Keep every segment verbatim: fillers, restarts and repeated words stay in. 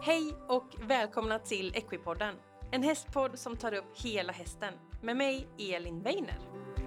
Hej och välkomna till Equipodden. En hästpodd som tar upp hela hästen. Med mig, Elin Weiner.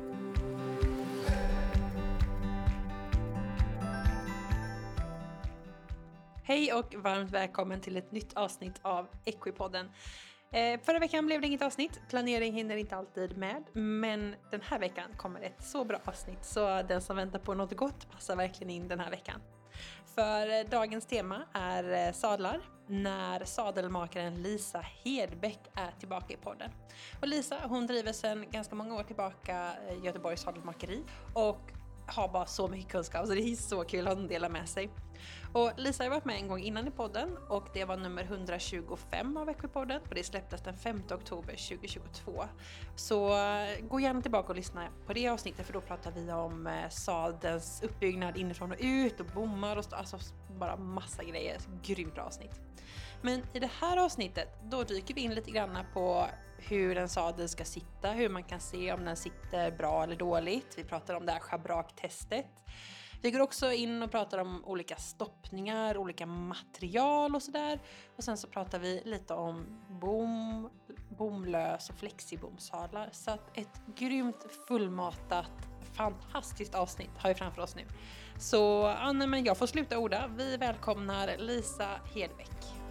Hej och varmt välkommen till ett nytt avsnitt av Equipodden. Eh, förra veckan blev det inget avsnitt. Planering hinner inte alltid med. Men den här veckan kommer ett så bra avsnitt. Så den som väntar på något gott passar verkligen in den här veckan. För dagens tema är sadlar, när sadelmakaren Lisa Hedbeck är tillbaka i podden. Och Lisa, hon driver sedan ganska många år tillbaka Göteborgs sadelmakeri och har bara så mycket kunskap, så det är så kul att hon delar med sig. Och Lisa har varit med en gång innan i podden och det var nummer etthundratjugofem av Equipodden och det släpptes den femte oktober tjugohundratjugotvå. Så gå gärna tillbaka och lyssna på det avsnittet, för då pratar vi om sadelns uppbyggnad inifrån och ut och bommar och alltså bara massa grejer. Grymt bra avsnitt. Men i det här avsnittet då dyker vi in lite grann på hur en sadel ska sitta, hur man kan se om den sitter bra eller dåligt. Vi pratar om det här schabraktestet. Vi går också in och pratar om olika stoppningar, olika material och sådär. Och sen så pratar vi lite om bom, bomlös och flexibomsadlar. Så att ett grymt fullmatat, fantastiskt avsnitt har vi framför oss nu. Så Anne, men jag får sluta orda. Vi välkomnar Lisa Hedbeck.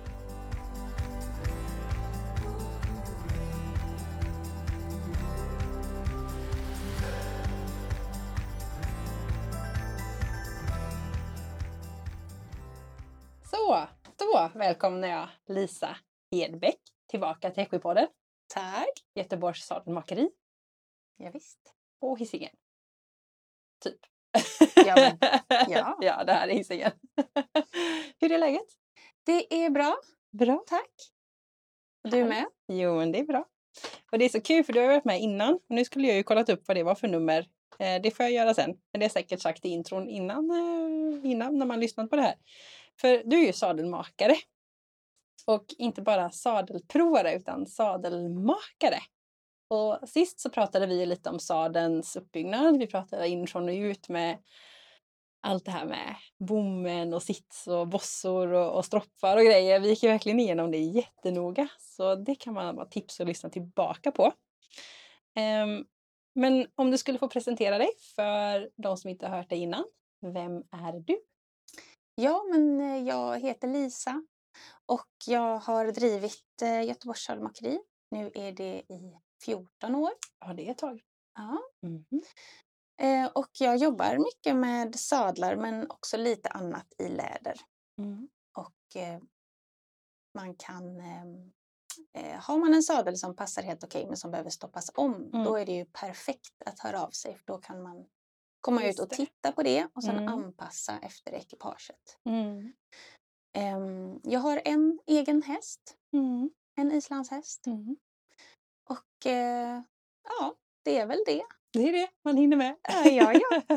Så, då välkomnar jag Lisa Hedbeck tillbaka till Equipodden. Tack. Göteborgs sadelmakeri. Ja, visst. Och Hisingen. Typ. Ja, men, ja. ja, det här är Hisingen. Hur är läget? Det är bra. Bra. Tack. Du med? Jo, men det är bra. Och det är så kul för du har varit med innan. Och nu skulle jag ju kollat upp vad det var för nummer. Eh, det får jag göra sen. Men det är säkert sagt i intron innan, eh, innan när man lyssnat på det här. För du är ju sadelmakare. Och inte bara sadelprovare utan sadelmakare. Och sist så pratade vi lite om sadelns uppbyggnad. Vi pratade inifrån och ut med allt det här med bommen och sits och bossor och, och stroppar och grejer. Vi gick ju verkligen igenom det jättenoga. Så det kan man bara tipsa och lyssna tillbaka på. Um, men om du skulle få presentera dig för de som inte har hört dig innan. Vem är du? Ja, men jag heter Lisa. Och jag har drivit Göteborgs sadelmakeri. Nu är det i fjorton år. Ja, det är ett tag. Ja. Mm. Eh, och jag jobbar mycket med sadlar men också lite annat i läder. Mm. Och eh, man kan... Eh, eh, har man en sadel som passar helt okej men som behöver stoppas om. Mm. Då är det ju perfekt att höra av sig. För då kan man komma Just ut och det. titta på det. Och sen Mm. anpassa efter ekipaget. Mm. Eh, jag har en egen häst. Mm. En islandshäst. Mm. Och eh, ja, det är väl det. Det är det, man hinner med. Ja, ja, ja.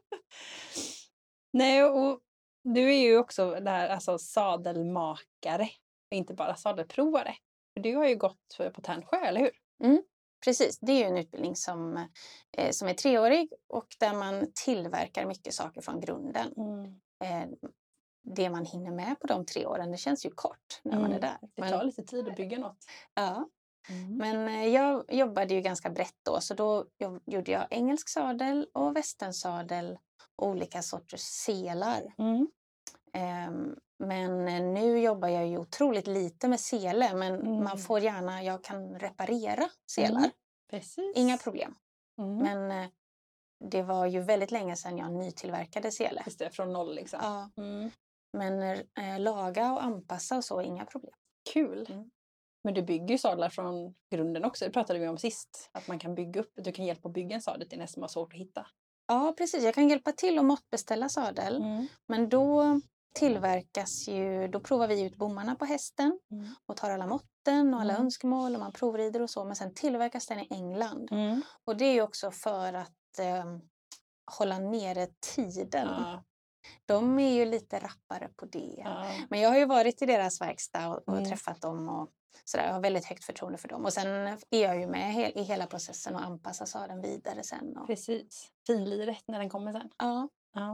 Nej, och du är ju också där, alltså sadelmakare. Inte bara sadelprovare. Du har ju gått på Tärnsjö, eller hur? Mm, precis, det är ju en utbildning som, eh, som är treårig. Och där man tillverkar mycket saker från grunden. Mm. Eh, det man hinner med på de tre åren, det känns ju kort när mm. man är där. Det tar Men, lite tid att bygga något. Ja. Mm. Men jag jobbade ju ganska brett då, så då gjorde jag engelsk sadel och västernsadel och olika sorters selar. Mm. Um, men nu jobbar jag ju otroligt lite med sele, men mm. man får gärna, jag kan reparera selar. Mm. Precis. Inga problem. Mm. Men uh, det var ju väldigt länge sedan jag nytillverkade sele. Just det, från noll liksom. Ja. Mm. Men uh, laga och anpassa och så, inga problem. Kul. Mm. Men du bygger ju sadlar från grunden också. Det pratade vi om sist. Att man kan bygga upp, du kan hjälpa att bygga en sadel till nästan var svårt att hitta. Ja, precis. Jag kan hjälpa till att måttbeställa sadel. Mm. Men då tillverkas ju, då provar vi ut bommarna på hästen. Mm. Och tar alla måtten och alla mm. önskemål och man provrider och så. Men sen tillverkas den i England. Mm. Och det är ju också för att eh, hålla nere tiden. Ja. De är ju lite rappare på det. Ja. Men jag har ju varit i deras verkstad och, och mm. träffat dem och sådär. Jag har väldigt högt förtroende för dem. Och sen är jag ju med he- i hela processen och anpassar sadeln vidare sen. Och... Precis. Finliret när den kommer sen. Ja. Ja.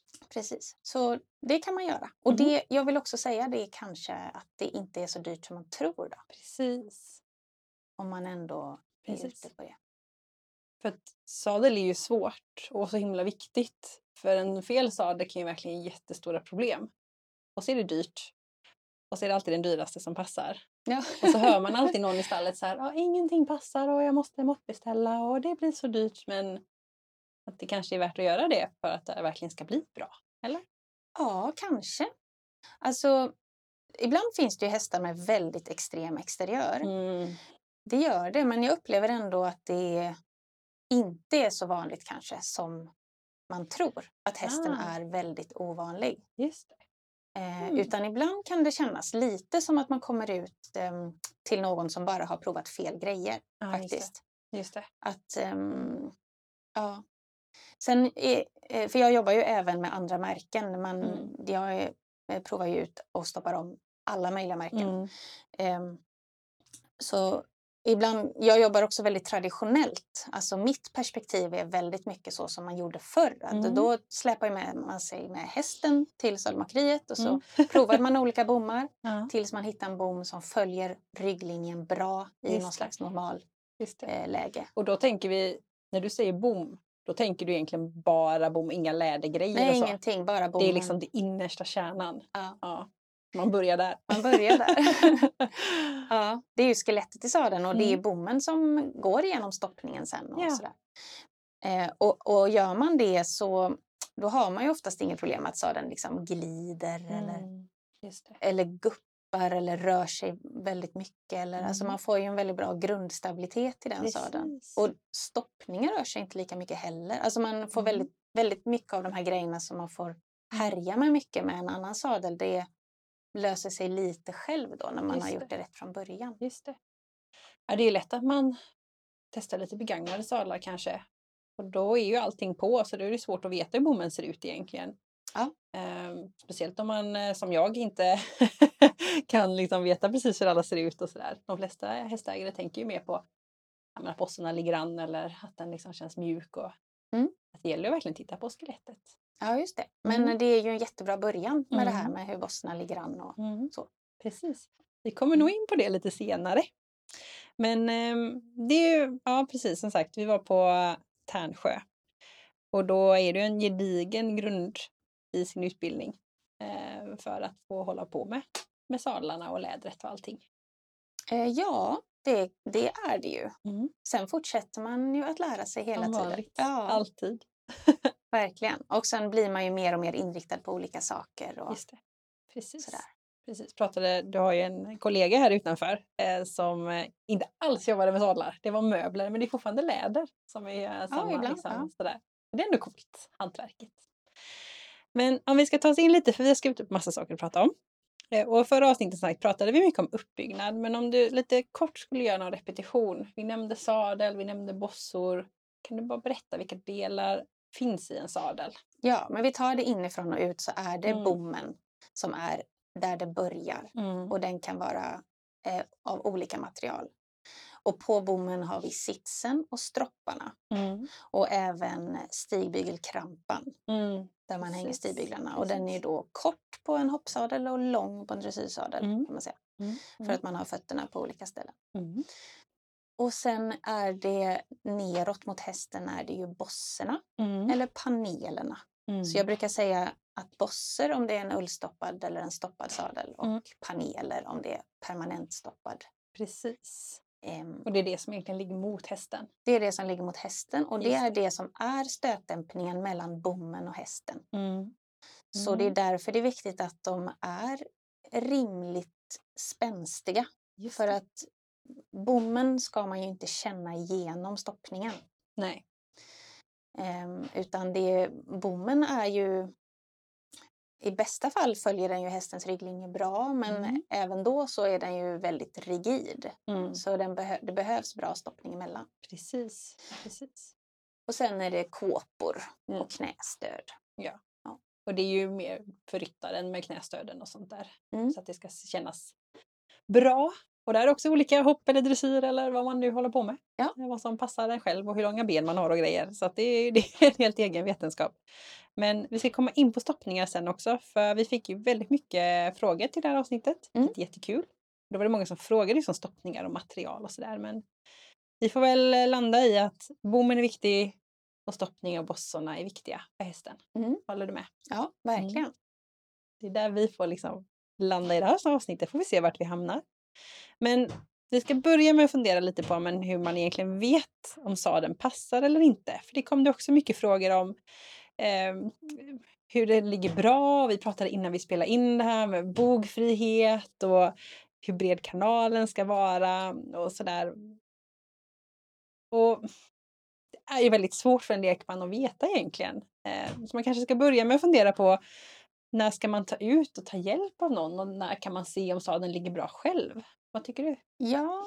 Precis, så det kan man göra. Och Mm. det, jag vill också säga det är kanske att det inte är så dyrt som man tror då. Precis. Om man ändå är Precis. ute på det. För att sadel är ju svårt och så himla viktigt. För en fel sadel kan ju verkligen ge jättestora problem. Och så är det dyrt. Och så är det alltid den dyraste som passar. Ja. Och så hör man alltid någon i stallet så här, ah, ingenting passar och jag måste måttbeställa och det blir så dyrt. Men att det kanske är värt att göra det för att det verkligen ska bli bra. Eller? Ja, kanske. Alltså, ibland finns det ju hästar med väldigt extrem exteriör. Mm. Det gör det, men jag upplever ändå att det inte är så vanligt kanske som man tror. Att hästen Ah. är väldigt ovanlig. Just det. Eh, Mm. Utan ibland kan det kännas lite som att man kommer ut eh, till någon som bara har provat fel grejer. Ja, just faktiskt. det. Just det. Att, ehm, ja. Sen är, eh, för jag jobbar ju även med andra märken. Man, Mm. Jag är, eh, provar ju ut och stoppar om alla möjliga märken. Mm. Ehm, så ibland, jag jobbar också väldigt traditionellt. Alltså mitt perspektiv är väldigt mycket så som man gjorde förr. Att Mm. Då släpar med, man sig med hästen till sadelmakeriet och så Mm. provar man olika bommar Ja, tills man hittar en bom som följer rygglinjen bra i Just någon det. slags normal just det. eh, läge. Och då tänker vi, när du säger bom, då tänker du egentligen bara bom, inga lädergrejer Nej, och så. ingenting, bara bommen. Det är liksom det innersta kärnan. Ja. Ja. Man börjar där. Man börjar där. Ja, det är ju skelettet i sadeln och det är Mm. bommen som går igenom stoppningen sen. Och Ja. sådär. Eh, och, och gör man det så då har man ju oftast inget problem att sadeln liksom glider eller, Mm. Just det. eller guppar eller rör sig väldigt mycket. Eller, Mm. alltså man får ju en väldigt bra grundstabilitet i den Precis. sadeln. Och stoppningen rör sig inte lika mycket heller. Alltså man får Mm. väldigt, väldigt mycket av de här grejerna som man får härja med mycket med en annan sadel. Det löser sig lite själv då när man Just har gjort det. det rätt från början. Just det. Ja, det är lätt att man testar lite begagnade sadlar kanske. Och då är ju allting på, så då är det svårt att veta hur bommen ser ut egentligen. Ja. Ehm, speciellt om man eh, som jag inte kan liksom veta precis hur alla ser ut och sådär. De flesta hästägare tänker ju mer på ja, men att bossarna ligger an eller att den liksom känns mjuk. Och Mm. att det gäller ju verkligen att titta på skelettet. Ja, just det. Men Mm. det är ju en jättebra början med Mm. det här med hur bossarna ligger an och Mm. så. Precis. Vi kommer nog in på det lite senare. Men eh, det är ju, ja precis som sagt, vi var på Tärnsjö. Och då är det en gedigen grund i sin utbildning eh, för att få hålla på med, med sadlarna och lädret och allting. Eh, ja, det, det är det ju. Mm. Sen fortsätter man ju att lära sig hela Som tiden. vanligt, Ja, alltid. verkligen. Och sen blir man ju mer och mer inriktad på olika saker. Och Just det. Precis. sådär. Precis. Pratade, du har ju en kollega här utanför eh, som eh, inte alls jobbade med sadlar. Det var möbler, men det är fortfarande läder som är eh, samma. ibland, liksom, ja. sådär. Det är ändå coolt, hantverket. Men om vi ska ta oss in lite, för vi har skrivit upp massa saker att prata om. Eh, och förra avsnittet sagt, pratade vi mycket om uppbyggnad, men om du lite kort skulle göra någon repetition. Vi nämnde sadel, vi nämnde bossor. Kan du bara berätta vilka delar finns i en sadel? Ja, men vi tar det inifrån och ut så är det Mm. bommen som är där det börjar. Mm. Och den kan vara eh, av olika material. Och på bommen har vi sitsen och stropparna. Mm. Och även stigbygelkrampan Mm. där man Precis. hänger stigbyglarna. Och den är ju Precis. då kort på en hoppsadel och lång på en dressyrsadel. Mm. Kan man säga. Mm. För att man har fötterna på olika ställen. Mm. Och sen är det neråt mot hästen är det ju bosserna Mm. eller panelerna. Mm. Så jag brukar säga att bosser om det är en ullstoppad eller en stoppad sadel och Mm. paneler om det är permanent stoppad. Precis. Ehm, Och det är det som egentligen ligger mot hästen. det är det som ligger mot hästen och det Just är det som är stötdämpningen mellan bommen och hästen. Mm. Så det är därför det är viktigt att de är rimligt spänstiga. Just För det. att bommen ska man ju inte känna igenom stoppningen. Nej. Ehm, utan det, bommen är ju, i bästa fall följer den ju hästens rygglinje bra, men Mm. även då så är den ju väldigt rigid. Mm. Så den behö- det behövs bra stoppning emellan. Precis. Precis. Och sen är det kåpor Mm. och knästöd. Och det är ju mer för ryttaren med knästöden och sånt där. Mm. Så att det ska kännas bra Och där är också olika hopp eller dressyr eller vad man nu håller på med. Ja. Vad som passar en själv och hur långa ben man har och grejer. Så att det, är, det är en helt egen vetenskap. Men vi ska komma in på stoppningar sen också. För vi fick ju väldigt mycket frågor till det här avsnittet. Mm. Vilket är jättekul. Då var det många som frågade liksom stoppningar och material och sådär. Men vi får väl landa i att bommen är viktig och stoppning och bossorna är viktiga för hästen. Mm. Håller du med? Ja, verkligen. Mm. Det är där vi får liksom landa i det här avsnittet. Får vi se vart vi hamnar. Men vi ska börja med att fundera lite på men hur man egentligen vet om sadeln passar eller inte. För det kom det också mycket frågor om eh, hur det ligger bra. Vi pratade innan vi spelade in det här med bogfrihet och hur bred kanalen ska vara och sådär. Och det är ju väldigt svårt för en lekman att veta egentligen. Eh, så man kanske ska börja med att fundera på när ska man ta ut och ta hjälp av någon och när kan man se om sadeln ligger bra själv? Vad tycker du? Ja,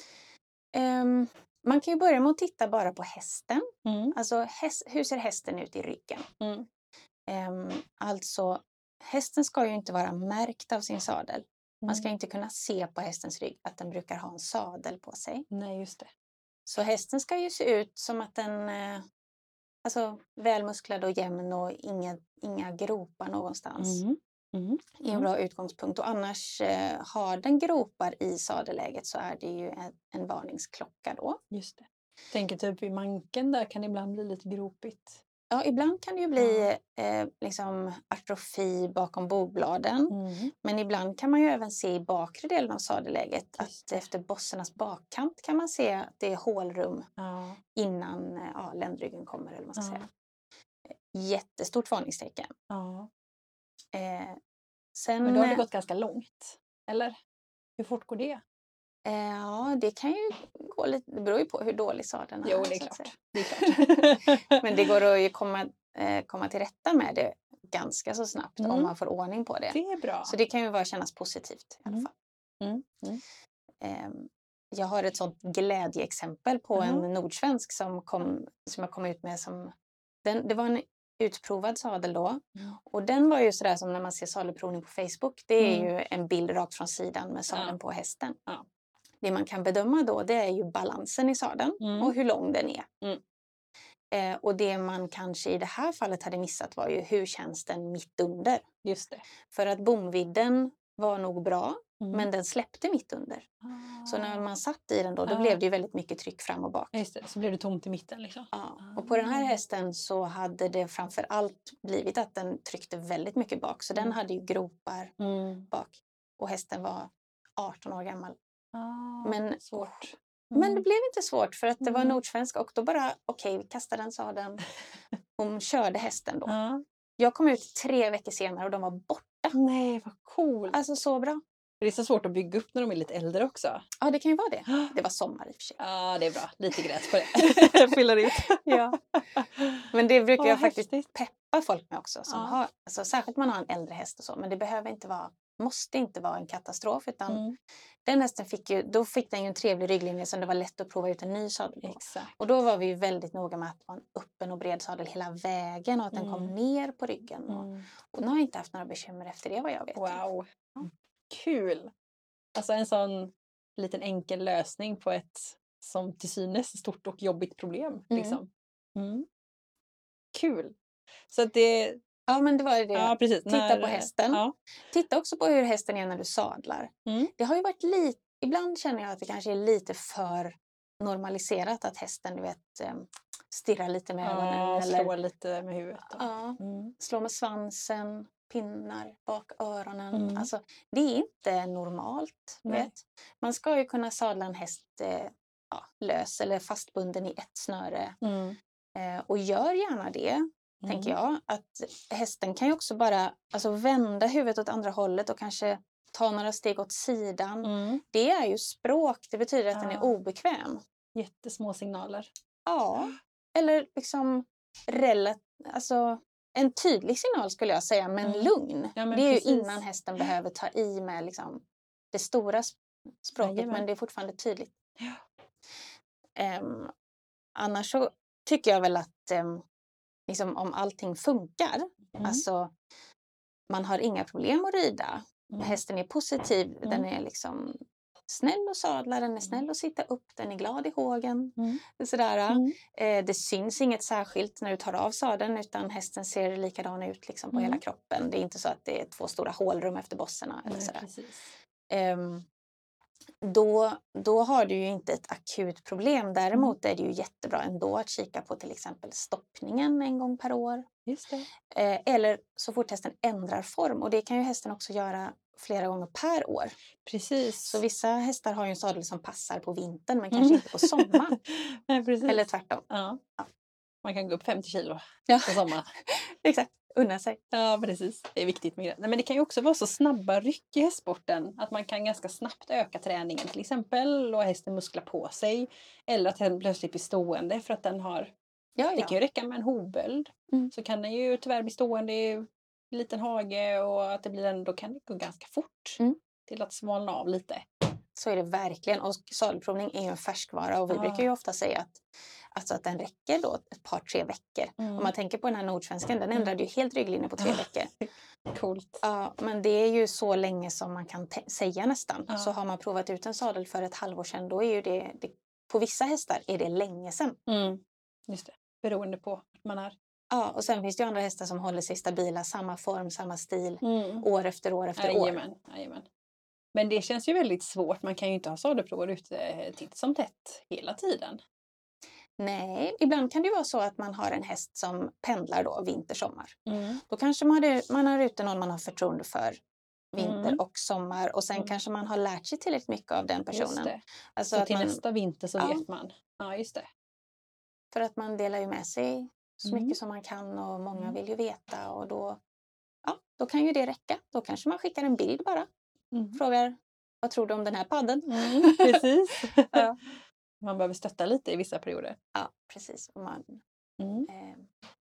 um, man kan ju börja med att titta bara på hästen. Mm. Alltså häst, hur ser hästen ut i ryggen? Mm. Um, alltså hästen ska ju inte vara märkt av sin sadel. Mm. Man ska inte kunna se på hästens rygg att den brukar ha en sadel på sig. Nej, just det. Så hästen ska ju se ut som att den eh, alltså välmusklad och jämn och inga, inga gropar någonstans. Mm. Mm. I en bra utgångspunkt. Och annars eh, har den gropar i sadelläget så är det ju en, en varningsklocka då. Just det. Tänker typ i manken där kan det ibland bli lite gropigt. Ja, ibland kan det ju bli eh, liksom atrofi bakom bogbladen. Mm. Men ibland kan man ju även se i bakre delen av sadelläget Just att efter bossernas bakkant kan man se att det är hålrum Ja. innan eh, ja, ländryggen kommer eller vad man ska Ja. säga. Jättestort varningstecken. Ja. Eh, sen, Men då har det gått ganska långt. Eller? Hur fort går det? eh, ja, det kan ju gå lite, det beror ju på hur dålig sadeln är. Jo, det är så att klart. säga. Det är klart. Men det går att ju komma, eh, komma till rätta med det ganska så snabbt Mm. om man får ordning på det. Det är bra. Så det kan ju bara kännas positivt i alla Mm. fall. Mm. Mm. Eh, jag har ett sånt glädjeexempel på Mm. en nordsvensk som, kom, som jag kom ut med. Som, den, det var en utprovad sadel då. Mm. Och den var ju sådär som när man ser sadelprovning på Facebook. Det är Mm. ju en bild rakt från sidan med sadeln Ja. på hästen. Ja. Det man kan bedöma då det är ju balansen i sadeln Mm. och hur lång den är. Mm. Eh, och det man kanske i det här fallet hade missat var ju hur känns den mitt under. Just det. För att bomvidden var nog bra Mm. men den släppte mitt under. Ah. Så när man satt i den då, då Ah. blev det ju väldigt mycket tryck fram och bak. Just det, så blev det tomt i mitten liksom. Ja. Och på den här hästen så hade det framför allt blivit att den tryckte väldigt mycket bak. Så Mm. den hade ju gropar Mm. bak. Och hästen var arton år gammal. Ah, Men, svårt. men det blev inte svårt för att det var Mm. nordsvensk och då bara okej, vi kastade den sadeln. Hon körde hästen då. Ja. Jag kom ut tre veckor senare och de var borta. Nej, vad coolt. Alltså så bra. Det är så svårt att bygga upp när de är lite äldre också. Ja, det kan ju vara det. Det var sommar i och för sig. Ja, det är bra. Lite gräs på det. Fyller ut. Ja. Men det brukar Åh, jag faktiskt häftigt. peppa folk med också. Som Ja. har, alltså, särskilt man har en äldre häst och så. Men det behöver inte vara, måste inte vara en katastrof. Utan Mm. den hästen fick ju, då fick den ju en trevlig rygglinje som det var lätt att prova ut en ny sadel på. Exakt. Och då var vi ju väldigt noga med att det var en öppen och bred sadel hela vägen. Och att den kom Mm. ner på ryggen. Och, Mm. och nu har jag inte haft några bekymmer efter det vad jag vet. Wow. Kul. Alltså en sån liten enkel lösning på ett som till synes stort och jobbigt problem. Mm. Liksom. Mm. Kul. Så att det... Ja, men det var ju det. Ja, precis. Titta När- på hästen. Ja. Titta också på hur hästen är när du sadlar. Mm. Det har ju varit lite, ibland känner jag att det kanske är lite för normaliserat att hästen, du vet, eh, stirrar lite med ögonen. Ja, eller slår lite med huvudet. Då. ja, Mm. slår med svansen, pinnar bak öronen. Mm. Alltså, det är inte normalt. Du Nej. vet. Man ska ju kunna sadla en häst eh, ja, lös eller fastbunden i ett snöre. Mm. Eh, och gör gärna det. Mm. Tänker jag, att hästen kan ju också bara alltså, vända huvudet åt andra hållet och kanske ta några steg åt sidan. Mm. Det är ju språk, det betyder att den Ja. är obekväm. Jättesmå signaler. Ja, eller liksom relat, alltså, en tydlig signal skulle jag säga, men Mm. lugn. Ja, men det är precis. ju innan hästen behöver ta i med liksom, det stora sp- språket, Jajamän. men det är fortfarande tydligt. Ja. Ehm, annars så tycker jag väl att ehm, liksom, om allting funkar, Mm. alltså man har inga problem att rida. Mm. Hästen är positiv, Mm. den är liksom snäll att sadla, den är snäll att sitta upp, den är glad i hågen. Mm. Sådär. Mm. Eh, det syns inget särskilt när du tar av sadeln utan hästen ser likadan ut liksom, på Mm. hela kroppen. Det är inte så att det är två stora hålrum efter bosserna. Eller Nej, sådär. precis. Um, då, då har du ju inte ett akut problem. Däremot är det ju jättebra ändå att kika på till exempel stoppningen en gång per år. Just det. Eh, eller så fort hästen ändrar form. Och det kan ju hästen också göra flera gånger per år. Precis. Så vissa hästar har ju en sadel som passar på vintern men Mm. kanske inte på sommaren. Nej, precis. Eller tvärtom. Ja. Ja. Man kan gå upp femtio kilo Ja. på sommaren. Exakt, unna sig. Ja, precis. Det är viktigt med det. Nej, men det kan ju också vara så snabba ryck i hästsporten att man kan ganska snabbt öka träningen till exempel och hästen musklar på sig. Eller att den plötsligt blir stående för att den har... Ja, Det ja. kan ju räcka med en hovböld. Mm. Så kan den ju tyvärr bli stående i en liten hage och att det blir ändå kan det gå ganska fort Mm. till att svalna av lite. Så är det verkligen. Och sadelprovning är ju en färskvara och vi Ja. brukar ju ofta säga att, alltså att den räcker då ett par, tre veckor. Mm. Om man tänker på den här nordsvenskan, den ändrade ju helt rygglinjen på tre Ja. veckor. Coolt. Ja, men det är ju så länge som man kan te- säga nästan. Ja. Så har man provat ut en sadel för ett halvår sedan, då är ju det, det på vissa hästar är det länge sedan. Mm. Just det. Beroende på att man är. Ja, och sen finns det ju andra hästar som håller sig stabila, samma form, samma stil, Mm. år efter år efter år. Jajamän, jajamän. Men det känns ju väldigt svårt. Man kan ju inte ha sadelprover ute titt som tätt hela tiden. Nej, ibland kan det ju vara så att man har en häst som pendlar då vinter, sommar. Mm. Då kanske man har, man har ute någon man har förtroende för vinter Mm. och sommar och sen Mm. kanske man har lärt sig tillräckligt mycket av den Just personen. det. Alltså Så att till man, nästa vinter så Ja. vet man. Ja, just det. för att man delar ju med sig så Mm. mycket som man kan och många Mm. vill ju veta och då, ja, då kan ju det räcka. Då kanske man skickar en bild bara, Mm. frågar vad tror du om den här padden? Mm, precis. Ja. Man behöver stötta lite i vissa perioder. Ja, precis. Och man, Mm. eh,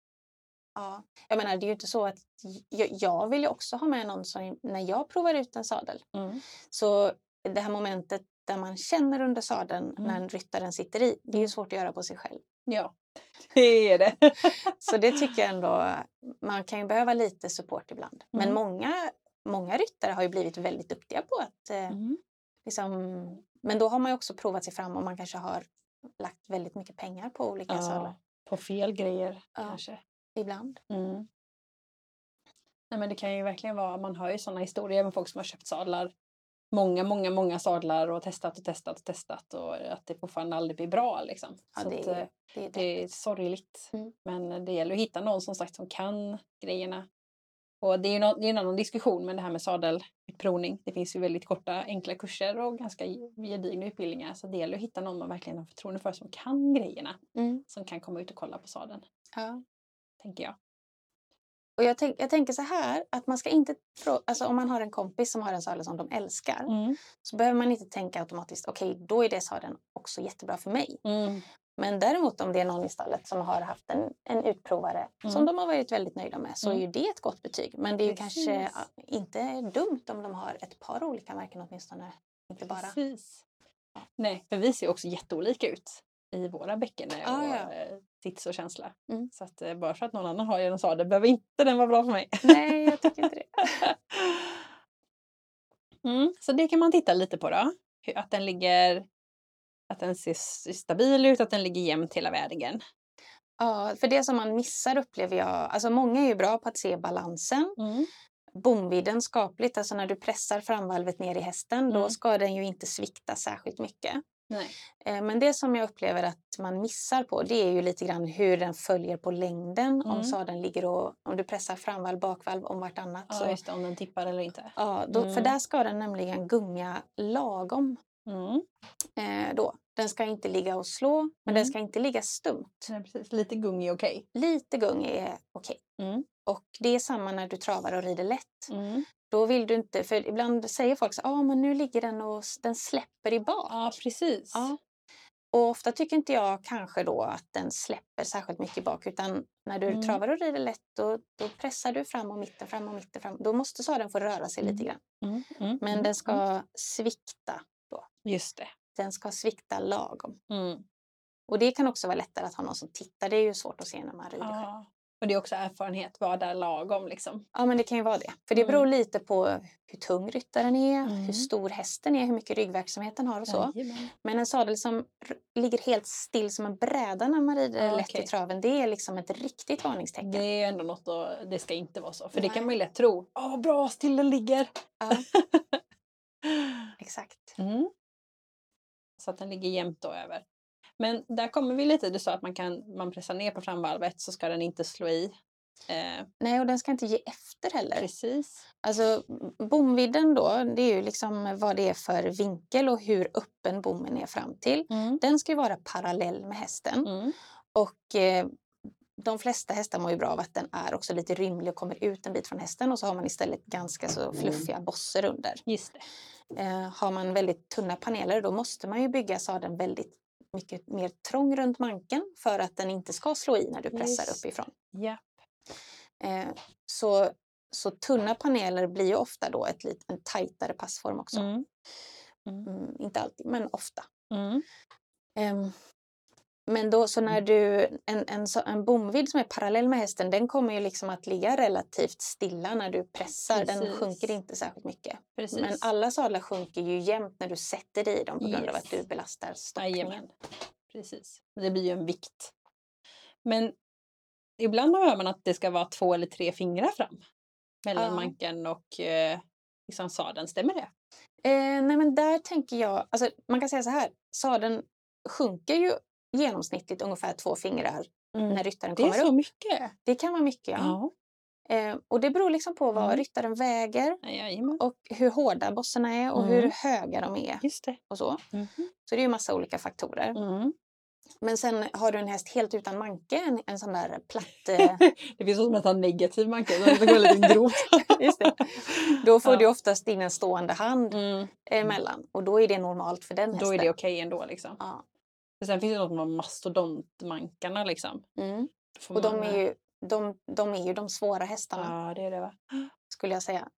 ja. Jag menar, det är ju inte så att jag, jag vill ju också ha med någon som, när jag provar ut en sadel. Mm. Så det här momentet där man känner under sadeln Mm. när ryttaren sitter i, det är ju svårt att göra på sig själv. Ja, det är det. Så det tycker jag ändå, man kan ju behöva lite support ibland. Men Mm. många, många ryttare har ju blivit väldigt duktiga på att eh, Mm. liksom, men då har man ju också provat sig fram och man kanske har lagt väldigt mycket pengar på olika sadlar. Ja, på fel grejer Ja. kanske. Ibland. Mm. Nej, men det kan ju verkligen vara, man hör ju sådana historier med folk som har köpt sadlar. Många, många, många sadlar och testat och testat och testat och att det fortfarande aldrig blir bra liksom. Ja, Så det, att, är, eh, det är det är sorgligt. Mm. Men det gäller att hitta någon som sagt som kan grejerna. Och det är ju no- det är en annan diskussion med det här med sadelutprovning. Det finns ju väldigt korta enkla kurser och ganska gedigna utbildningar. Så det gäller att hitta någon man verkligen har förtroende för som kan grejerna. Mm. Som kan komma ut och kolla på sadeln, Ja. tänker jag. Och jag, tänk, jag tänker så här, att man ska inte, tro, alltså om man har en kompis som har en sadel som de älskar, Mm. så behöver man inte tänka automatiskt, okej, okay, då är det sadeln också jättebra för mig. Mm. Men däremot om det är någon i stallet som har haft en, en utprovare Mm. som de har varit väldigt nöjda med, så Mm. är ju det ett gott betyg. Men det är ju Precis. kanske ja, inte dumt om de har ett par olika märken åtminstone, inte bara. Precis. Nej, för vi ser också jätteolika ut i våra bäcken och Ah, ja. eh, sits och känsla. Mm. Så att eh, bara för att någon annan har en sadel behöver inte den vara bra för mig. Nej, jag tycker inte det. Mm, så det kan man titta lite på då. Hur- Att den ligger, att den ser s- stabil ut, att den ligger jämnt hela vägen. Ja, för det som man missar upplever jag, alltså många är ju bra på att se balansen. Mm. Bomvidden skapligt, alltså när du pressar framvalvet ner i hästen, då Mm. ska den ju inte svikta särskilt mycket. Nej. Eh, Men det som jag upplever att man missar på, det är ju lite grann hur den följer på längden. Om Mm. sadeln ligger och, om du pressar framvalv, bakvalv om vartannat. Ja, så, just det, om den tippar eller inte. ja, då, För Mm. där ska den nämligen gunga lagom. Mm. Eh, då. Den ska inte ligga och slå, men Mm. den ska inte ligga stumt. Nej, precis. Lite gung är okej. Lite gung är okej. Mm. Och det är samma när du travar och rider lätt. Mm. Då vill du inte, för ibland säger folk så ja ah, men nu ligger den och s- den släpper i bak. Ja, precis. Ja. Och ofta tycker inte jag kanske då att den släpper särskilt mycket i bak, utan när du Mm. travar och rider lätt då, då pressar du fram och mitten, fram och mitten, fram. Då måste sadeln få röra sig lite grann. Mm. Mm. Men Mm. den ska svikta då. Just det. Den ska svikta lagom. Mm. Och det kan också vara lättare att ha någon som tittar. Det är ju svårt att se när man rider själv. Ja. Och det är också erfarenhet, vad är lagom liksom. Ja, men det kan ju vara det. För det beror lite på hur tung ryttaren är, Mm. hur stor hästen är, hur mycket ryggverksamhet den har och så. Jajamän. Men en sadel som r- ligger helt still som en bräda när man rider Ja, lätt okej. i traven, det är liksom ett riktigt varningstecken. Det är ändå något att, det ska inte vara så. För det Nej. kan man ju lätt tro. Ja, bra, still den ligger. Ja, exakt. Mm. Så att den ligger jämnt då över. Men där kommer vi lite, du sa att man kan man pressar ner på framvalvet så ska den inte slå i. Eh, Nej, och den ska inte ge efter heller. precis. Alltså bomvidden då, det är ju liksom vad det är för vinkel och hur öppen bommen är fram till. Mm. Den ska ju vara parallell med hästen. Mm. Och eh, de flesta hästar mår ju bra av att den är också lite rymlig och kommer ut en bit från hästen. Och så har man istället ganska så fluffiga bosser under. Just det. Eh, har man väldigt tunna paneler då måste man ju bygga sadeln väldigt mycket mer trång runt manken för att den inte ska slå i när du pressar Just. uppifrån. Ja. Eh, så, så tunna paneler blir ju ofta då ett lit, en tajtare passform också. Mm. Mm. Mm, inte alltid, men ofta. Mm. Eh, men då så när du, en, en, så- en bomvidd som är parallell med hästen, den kommer ju liksom att ligga relativt stilla när du pressar. Den Precis. sjunker inte särskilt mycket. Precis. Men alla sadlar sjunker ju jämnt när du sätter dig i dem på grund av Yes. att du belastar stoppningen. Jajamän. Precis. Det blir ju en vikt. Men ibland hör man att det ska vara två eller tre fingrar fram. Mellan Ja. manken och eh, liksom sadeln. Stämmer det? Eh, nej men där tänker jag, alltså man kan säga så här, sadeln sjunker ju genomsnittligt ungefär två fingrar när ryttaren Det är kommer så upp. mycket. Det kan vara mycket, ja. Eh, och det beror liksom på vad Mm. ryttaren väger Jajamän. och hur hårda bossarna är och Mm. hur höga de är Just det. och så. Mhm. Så det är ju massa olika faktorer. Mm. Men sen har du en häst helt utan manke, en, en sån där platt... Eh, Det finns som att ha negativ manke. Det går lite grovt. just det. Då får Ja. du oftast in en stående hand Mm. emellan och då är det normalt för den hästen. Då är det okej ändå liksom. Ja. För sen finns det något med mastodontmankarna liksom. Mm. Får Och de man, är, ju, de, de är ju de svåra hästarna, Ja, det är det va? skulle jag säga.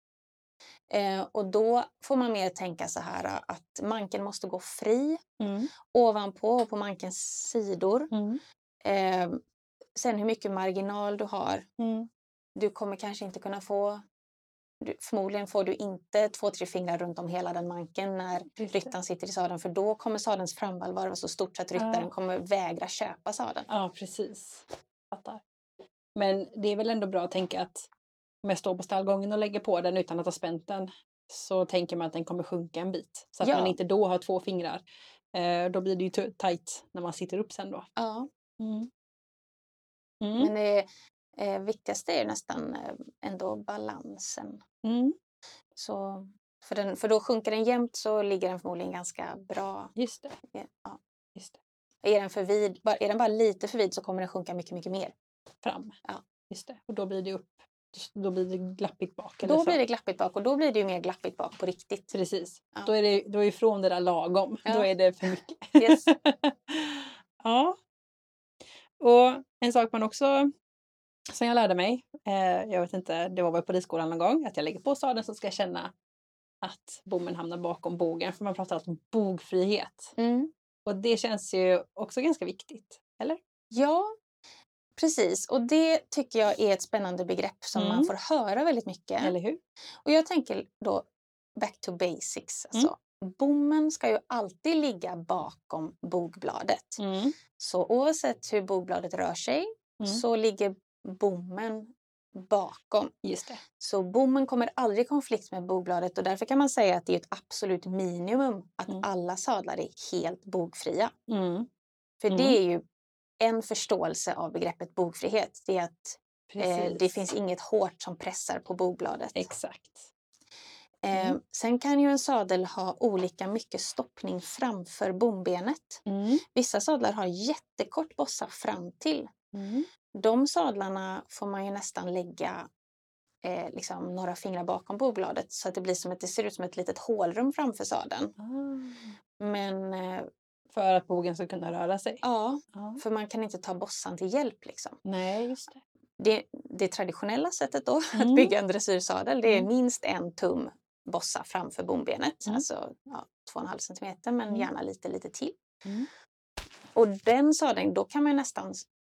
Eh, och då får man mer tänka så här eh, att manken måste gå fri Mm. ovanpå och på mankens sidor. Mm. Eh, sen hur mycket marginal du har. Mm. Du kommer kanske inte kunna få... Du, förmodligen får du inte två, tre fingrar runt om hela den manken när Just det. ryttaren sitter i sadeln. För då kommer sadelns framvalv vara så stort så att ryttaren Ja. kommer vägra köpa sadeln. Ja, precis. Fattar. Men det är väl ändå bra att tänka att om jag står på stallgången och lägger på den utan att ha spänt den så tänker man att den kommer sjunka en bit. Så att Ja. man inte då har två fingrar. Eh, då blir det ju t- tajt när man sitter upp sen då. Ja. Mm. Mm. Men det eh, viktigaste är nästan eh, ändå balansen. Mm. Så, för, den, för då sjunker den jämnt så ligger den förmodligen ganska bra. Just det. Ja. Just det. Är den för vid, bara- är den bara lite för vid så kommer den sjunka mycket, mycket mer. Fram. Ja. Just det. Och då blir det upp. Då blir det glappigt bak. Eller Då så. blir det glappigt bak och då blir det ju mer glappigt bak på riktigt. Precis. Ja. Då är det då är ifrån det där lagom. Ja. Då är det för mycket. Yes. Ja. Och en sak man också som jag lärde mig. Eh, jag vet inte, det var väl på ridskolan någon gång. Att jag lägger på sadeln så ska jag känna att bommen hamnar bakom bågen. För man pratar alltid om bogfrihet. Mm. Och det känns ju också ganska viktigt. Eller? Ja, precis. Och det tycker jag är ett spännande begrepp som Mm. man får höra väldigt mycket. Eller hur? Och jag tänker då back to basics. Alltså, bommen ska ju alltid ligga bakom bogbladet. Mm. Så oavsett hur bogbladet rör sig Mm. så ligger bommen bakom. Just det. Så bommen kommer aldrig i konflikt med bogbladet och därför kan man säga att det är ett absolut minimum att Mm. alla sadlar är helt bogfria. Mm. För Mm. det är ju en förståelse av begreppet bogfrihet. Det är att eh, Precis. det finns inget hårt som pressar på bogbladet. Exakt. Eh, Mm. sen kan ju en sadel ha olika mycket stoppning framför bombenet. Mm. Vissa sadlar har jättekort bossa fram till. Mm. De sadlarna får man ju nästan lägga eh, liksom några fingrar bakom bogbladet så att det blir som ett, det ser ut som ett litet hålrum framför sadeln. Ah. Men eh, För att bogen ska kunna röra sig. ja, Ja. för man kan inte ta bossan till hjälp liksom. Nej, just det. Det, det traditionella sättet då Mm. att bygga en dressyrsadel det är Mm. minst en tum bossa framför bombenet. Mm. Alltså ja, två och en halv centimeter men Mm. gärna lite lite till. Mm. Och den sadeln, då kan man nästan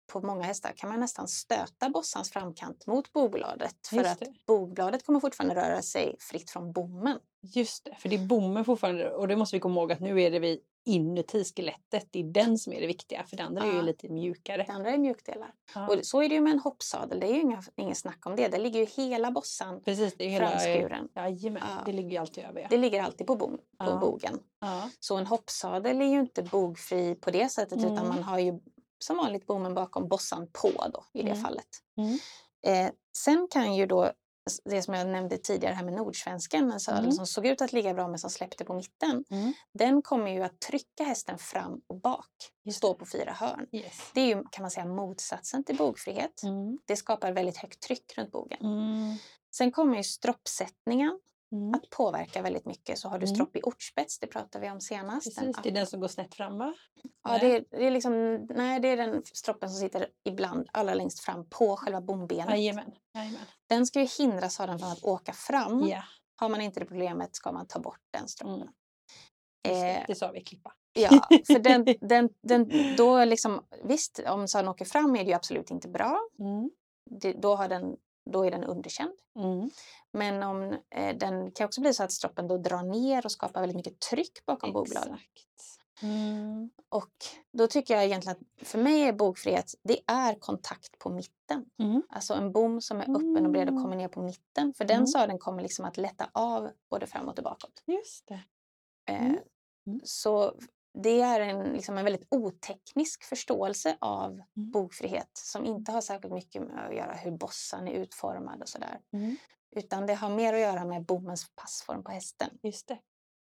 på många hästar kan man nästan stöta bossans framkant mot bogbladet. För Just att det. bogbladet kommer fortfarande röra sig fritt från bommen. Just det, för det är bommen fortfarande. Och det måste vi komma ihåg att nu är det vi inuti skelettet. Det är den som är det viktiga. För det andra är ju Ja. lite mjukare. Det andra är mjukdelar. Ja. Och så är det ju med en hoppsadel. Det är ju inga, ingen snack om det. Det ligger ju hela bossan Precis, det är ju hela... framskuren. Jajamän, Ja. det ligger ju alltid över. Ja. Det ligger alltid på, bom, på Ja. bogen. Ja. Så en hoppsadel är ju inte bogfri på det sättet. Mm. Utan man har ju som vanligt bommen bakom bossan på då i det Mm. fallet. Mm. Eh, sen kan ju då det som jag nämnde tidigare här med nordsvensken, en sadel Mm. som såg ut att ligga bra men som släppte på mitten. Mm. Den kommer ju att trycka hästen fram och bak. Just Stå på fyra hörn. Yes. Det är ju, kan man säga, motsatsen till bogfrihet. Mm. Det skapar väldigt högt tryck runt bogen. Mm. Sen kommer ju stroppsättningen Mm. att påverka väldigt mycket. Så har du Mm. stropp i ortspets, det pratade vi om senast. Precis, det är den som går snett fram, va? Ja, det är, det är liksom, nej, det är den stroppen som sitter ibland allra längst fram på själva bombenet. Jajamän. Jajamän. Den ska ju hindra sadeln från att åka fram. Ja. Har man inte det problemet ska man ta bort den stroppen. Mm. Just det, Eh, det sa vi klippa. ja, för den, den, den, då liksom, visst, om sadeln åker fram är det ju absolut inte bra. Mm. Det, då, har den, då är den underkänd. Mm. Men om, eh, den kan också bli så att stroppen då drar ner och skapar väldigt mycket tryck bakom bogbladen. Exakt. Mm. Och då tycker jag egentligen att för mig är bogfrihet, det är kontakt på mitten. Mm. Alltså en bom som är öppen och bred och kommer ner på mitten. För den Mm. sadeln kommer liksom att lätta av både framåt och bakåt. Just det. Eh, Mm. Mm. Så det är en, liksom en väldigt oteknisk förståelse av Mm. bogfrihet. Som inte har särskilt mycket med att göra hur bossan är utformad och sådär. Mm. Utan det har mer att göra med bommens passform på hästen. Just det.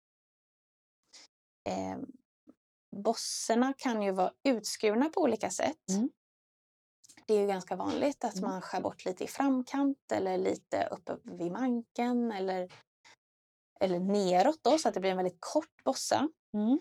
Eh, bosserna kan ju vara utskurna på olika sätt. Mm. Det är ju ganska vanligt att Mm. man skär bort lite i framkant eller lite uppe vid manken eller, eller neråt då så att det blir en väldigt kort bossa. Mm.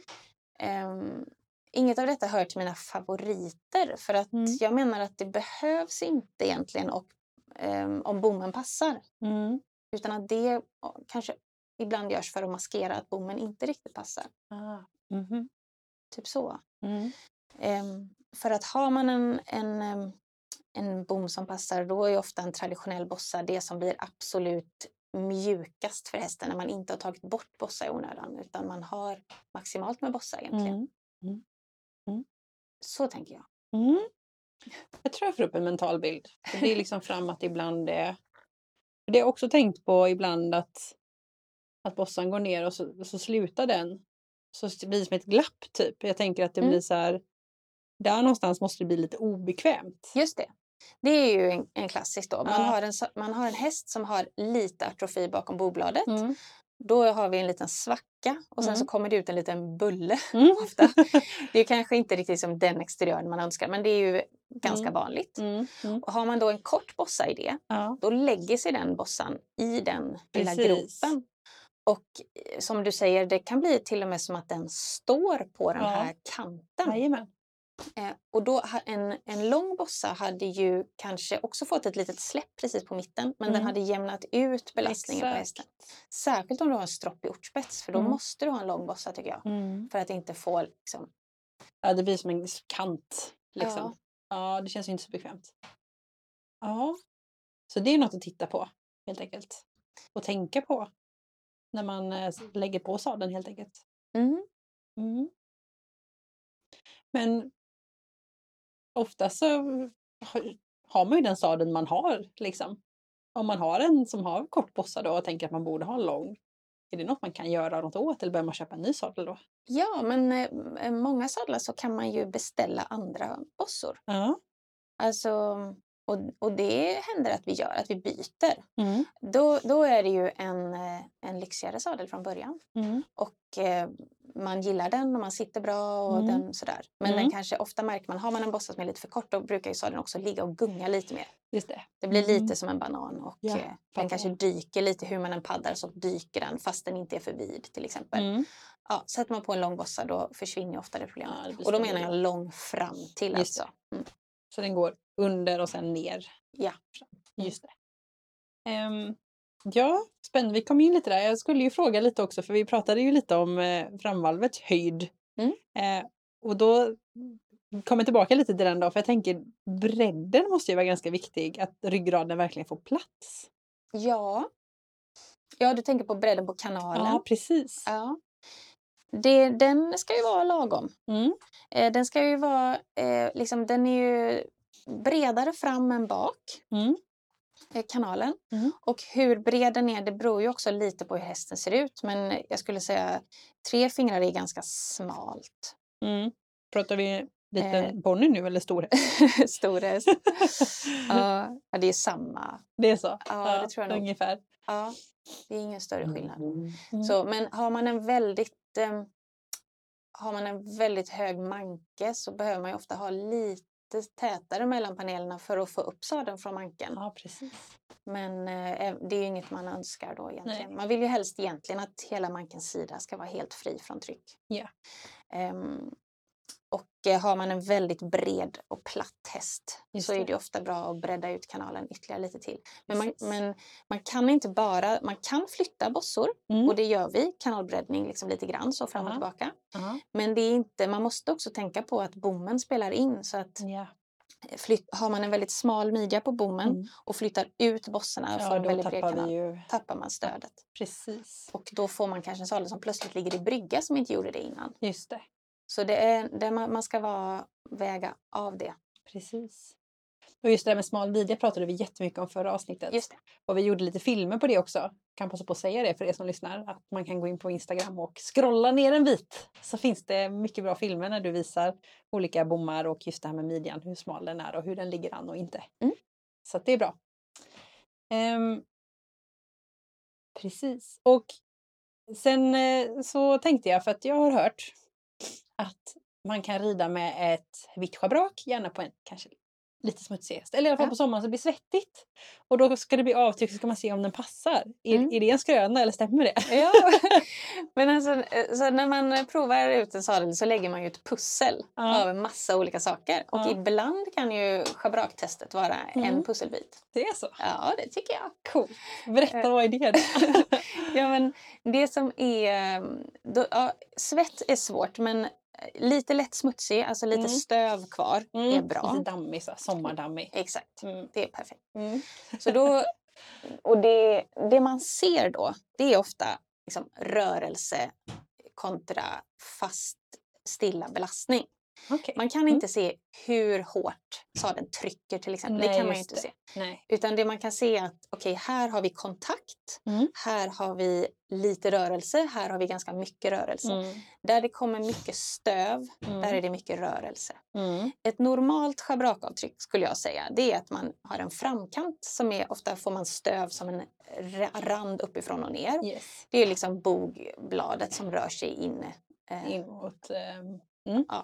Um, inget av detta hör till mina favoriter för att Mm. jag menar att det behövs inte egentligen och, um, om bommen passar. Mm. Utan att det kanske ibland görs för att maskera att bommen inte riktigt passar. Ah. Mhm. Typ så. Mm. Um, för att har man en, en, um, en bom som passar, då är ofta en traditionell bossa det som blir absolut mjukast för hästen när man inte har tagit bort bossa i onödan utan man har maximalt med bossa egentligen. Mm. Mm. Mm. Så tänker jag. Mm. Jag tror jag får upp en mental bild. För det är liksom fram att ibland är... Det har jag också tänkt på ibland att, att bossan går ner och så, så slutar den. Så blir det som ett glapp typ. Jag tänker att det Mm. blir så här... Där någonstans måste det bli lite obekvämt. Just det. Det är ju en, en klassisk då. Man, Ja. har en, man har en häst som har lite atrofi bakom bogbladet. Mm. Då har vi en liten svacka och sen Mm. så kommer det ut en liten bulle Mm. ofta. Det är kanske inte riktigt som den exteriören man önskar men det är ju ganska Mm. vanligt. Mm. Mm. Och har man då en kort bossa i det, Ja. då lägger sig den bossan i den lilla Precis. gropen. Och eh, som du säger, det kan bli till och med som att den står på den Ja. här kanten. Jajamän. Eh, och då ha- en, en lång bossa hade ju kanske också fått ett litet släpp precis på mitten. Men Mm. den hade jämnat ut belastningen på Exakt. hästen. Särskilt om du har en stropp i ortspets. För då Mm. måste du ha en lång bossa tycker jag. Mm. För att inte få liksom... Ja, det blir som en kant. Liksom. Ja. Ja, det känns ju inte så bekvämt. Ja. Så det är något att titta på, helt enkelt. Och tänka på. När man eh, lägger på sadeln, helt enkelt. Mm. Mm. Men ofta så har- har man ju den sadeln man har, liksom. Om man har en som har kort bossa då och tänker att man borde ha en lång. Är det något man kan göra något åt eller bör man köpa en ny sadel då? Ja, men eh, många sadlar så kan man ju beställa andra bossor. Ja. Alltså, och, och det händer att vi gör, att vi byter. Mm. Då, då är det ju en, eh, en lyxigare sadel från början. Mm. Och eh, man gillar den och man sitter bra och Mm. den sådär. Men Mm. den kanske ofta märker man, har man en bossa som är lite för kort då brukar ju sadeln också ligga och gunga lite mer. Just det. Det blir Mm. lite som en banan och Ja, eh, den fattar. kanske dyker lite hur man än paddar så dyker den fast den inte är för vid till exempel. Mm. Ja, sätter man på en lång bossa då försvinner ju ofta det problemet. Ja, det blir och då så menar jag blir lång fram till Just alltså. Mm. Så den går under och sen ner. Ja. Just det. Ehm, ja, spännande. Vi kom in lite där. Jag skulle ju fråga lite också för vi pratade ju lite om eh, framvalvets höjd. Mm. Eh, och då kommer tillbaka lite till den då, för jag tänker bredden måste ju vara ganska viktig, att ryggraden verkligen får plats. Ja. Ja, du tänker på bredden på kanalen. Ja, precis. Ja. Det, den ska ju vara lagom. Mm. Eh, den ska ju vara, eh, liksom, den är ju bredare fram än bak. Mm. Eh, kanalen. Mm. Och hur bred den är, det beror ju också lite på hur hästen ser ut. Men jag skulle säga tre fingrar är ganska smalt. Mm. Pratar vi liten Eh. ponny nu eller stor häst? Stor häst. Ja, det är samma. Det är så? Ja, det tror jag nog. Ungefär. Ja, det är ingen större skillnad. Mm. Så, men har man en väldigt eh, har man en väldigt hög manke så behöver man ju ofta ha lite tätare mellan panelerna för att få upp sadeln från manken. Ja, precis. Men eh, det är ju inget man önskar då egentligen. Nej. Man vill ju helst egentligen att hela mankens sida ska vara helt fri från tryck. Ja. Um, och eh, har man en väldigt bred och platt häst Just så är det. det ofta bra att bredda ut kanalen ytterligare lite till. Men man, Precis. men man kan inte bara, man kan flytta bossor Mm. och det gör vi, kanalbreddning liksom lite grann så fram och Aha. tillbaka. Ja. Men det är inte, man måste också tänka på att bommen spelar in så att Ja. flytt, har man en väldigt smal midja på bommen Mm. och flyttar ut bossarna och Ja, får en då väldigt bred tappar vi kanal, ju... tappar man stödet. Precis. Och då får man kanske en sadel som plötsligt ligger i brygga som inte gjorde det innan. Just det. Så det är, det man, man ska vara, väga av det. Precis. Och just det där med smal midja pratade vi jättemycket om förra avsnittet. Just det. Och vi gjorde lite filmer på det också. Kan passa på att säga det för er som lyssnar. Att man kan gå in på Instagram och scrolla ner en bit. Så finns det mycket bra filmer när du visar olika bommar och just det här med midjan. Hur smal den är och hur den ligger an och inte. Mm. Så att det är bra. Um, precis. Och sen eh, så tänkte jag, för att jag har hört att man kan rida med ett vitt schabrak, gärna på en kanske lite smutsig häst. Eller i alla fall Ja. på sommaren så det blir svettigt. Och då ska det bli avtryck så ska man se om den passar. Är, Mm. är det en skröna eller stämmer det? Ja, men alltså, så när man provar ut en sadel så lägger man ju ett pussel Ja. av en massa olika saker. Och Ja. ibland kan ju schabraktestet vara Mm. en pusselbit. Det är så? Ja, det tycker jag. Coolt. Berätta, Eh. vad är det då? Ja, men det som är... Då, ja, svett är svårt, men lite lätt smutsig, alltså lite Mm. stöv kvar Mm. är bra. Lite dammig, så, sommardammig. Exakt, Mm. det är perfekt. Mm. Så då, och det, det man ser då, det är ofta liksom rörelse kontra fast stilla belastning. Okay. Man kan inte se hur hårt sadeln trycker till exempel. Nej, det kan man ju just inte det. se. Nej. Utan det man kan se är att okej, okay, här har vi kontakt. Mm. Här har vi lite rörelse. Här har vi ganska mycket rörelse. Mm. Där det kommer mycket stöv, Mm. där är det mycket rörelse. Mm. Ett normalt schabrakavtryck skulle jag säga, det är att man har en framkant som är, ofta får man stöv som en rand uppifrån och ner. Yes. Det är liksom bogbladet som rör sig inne. Eh, Inåt. Um, mm. ja.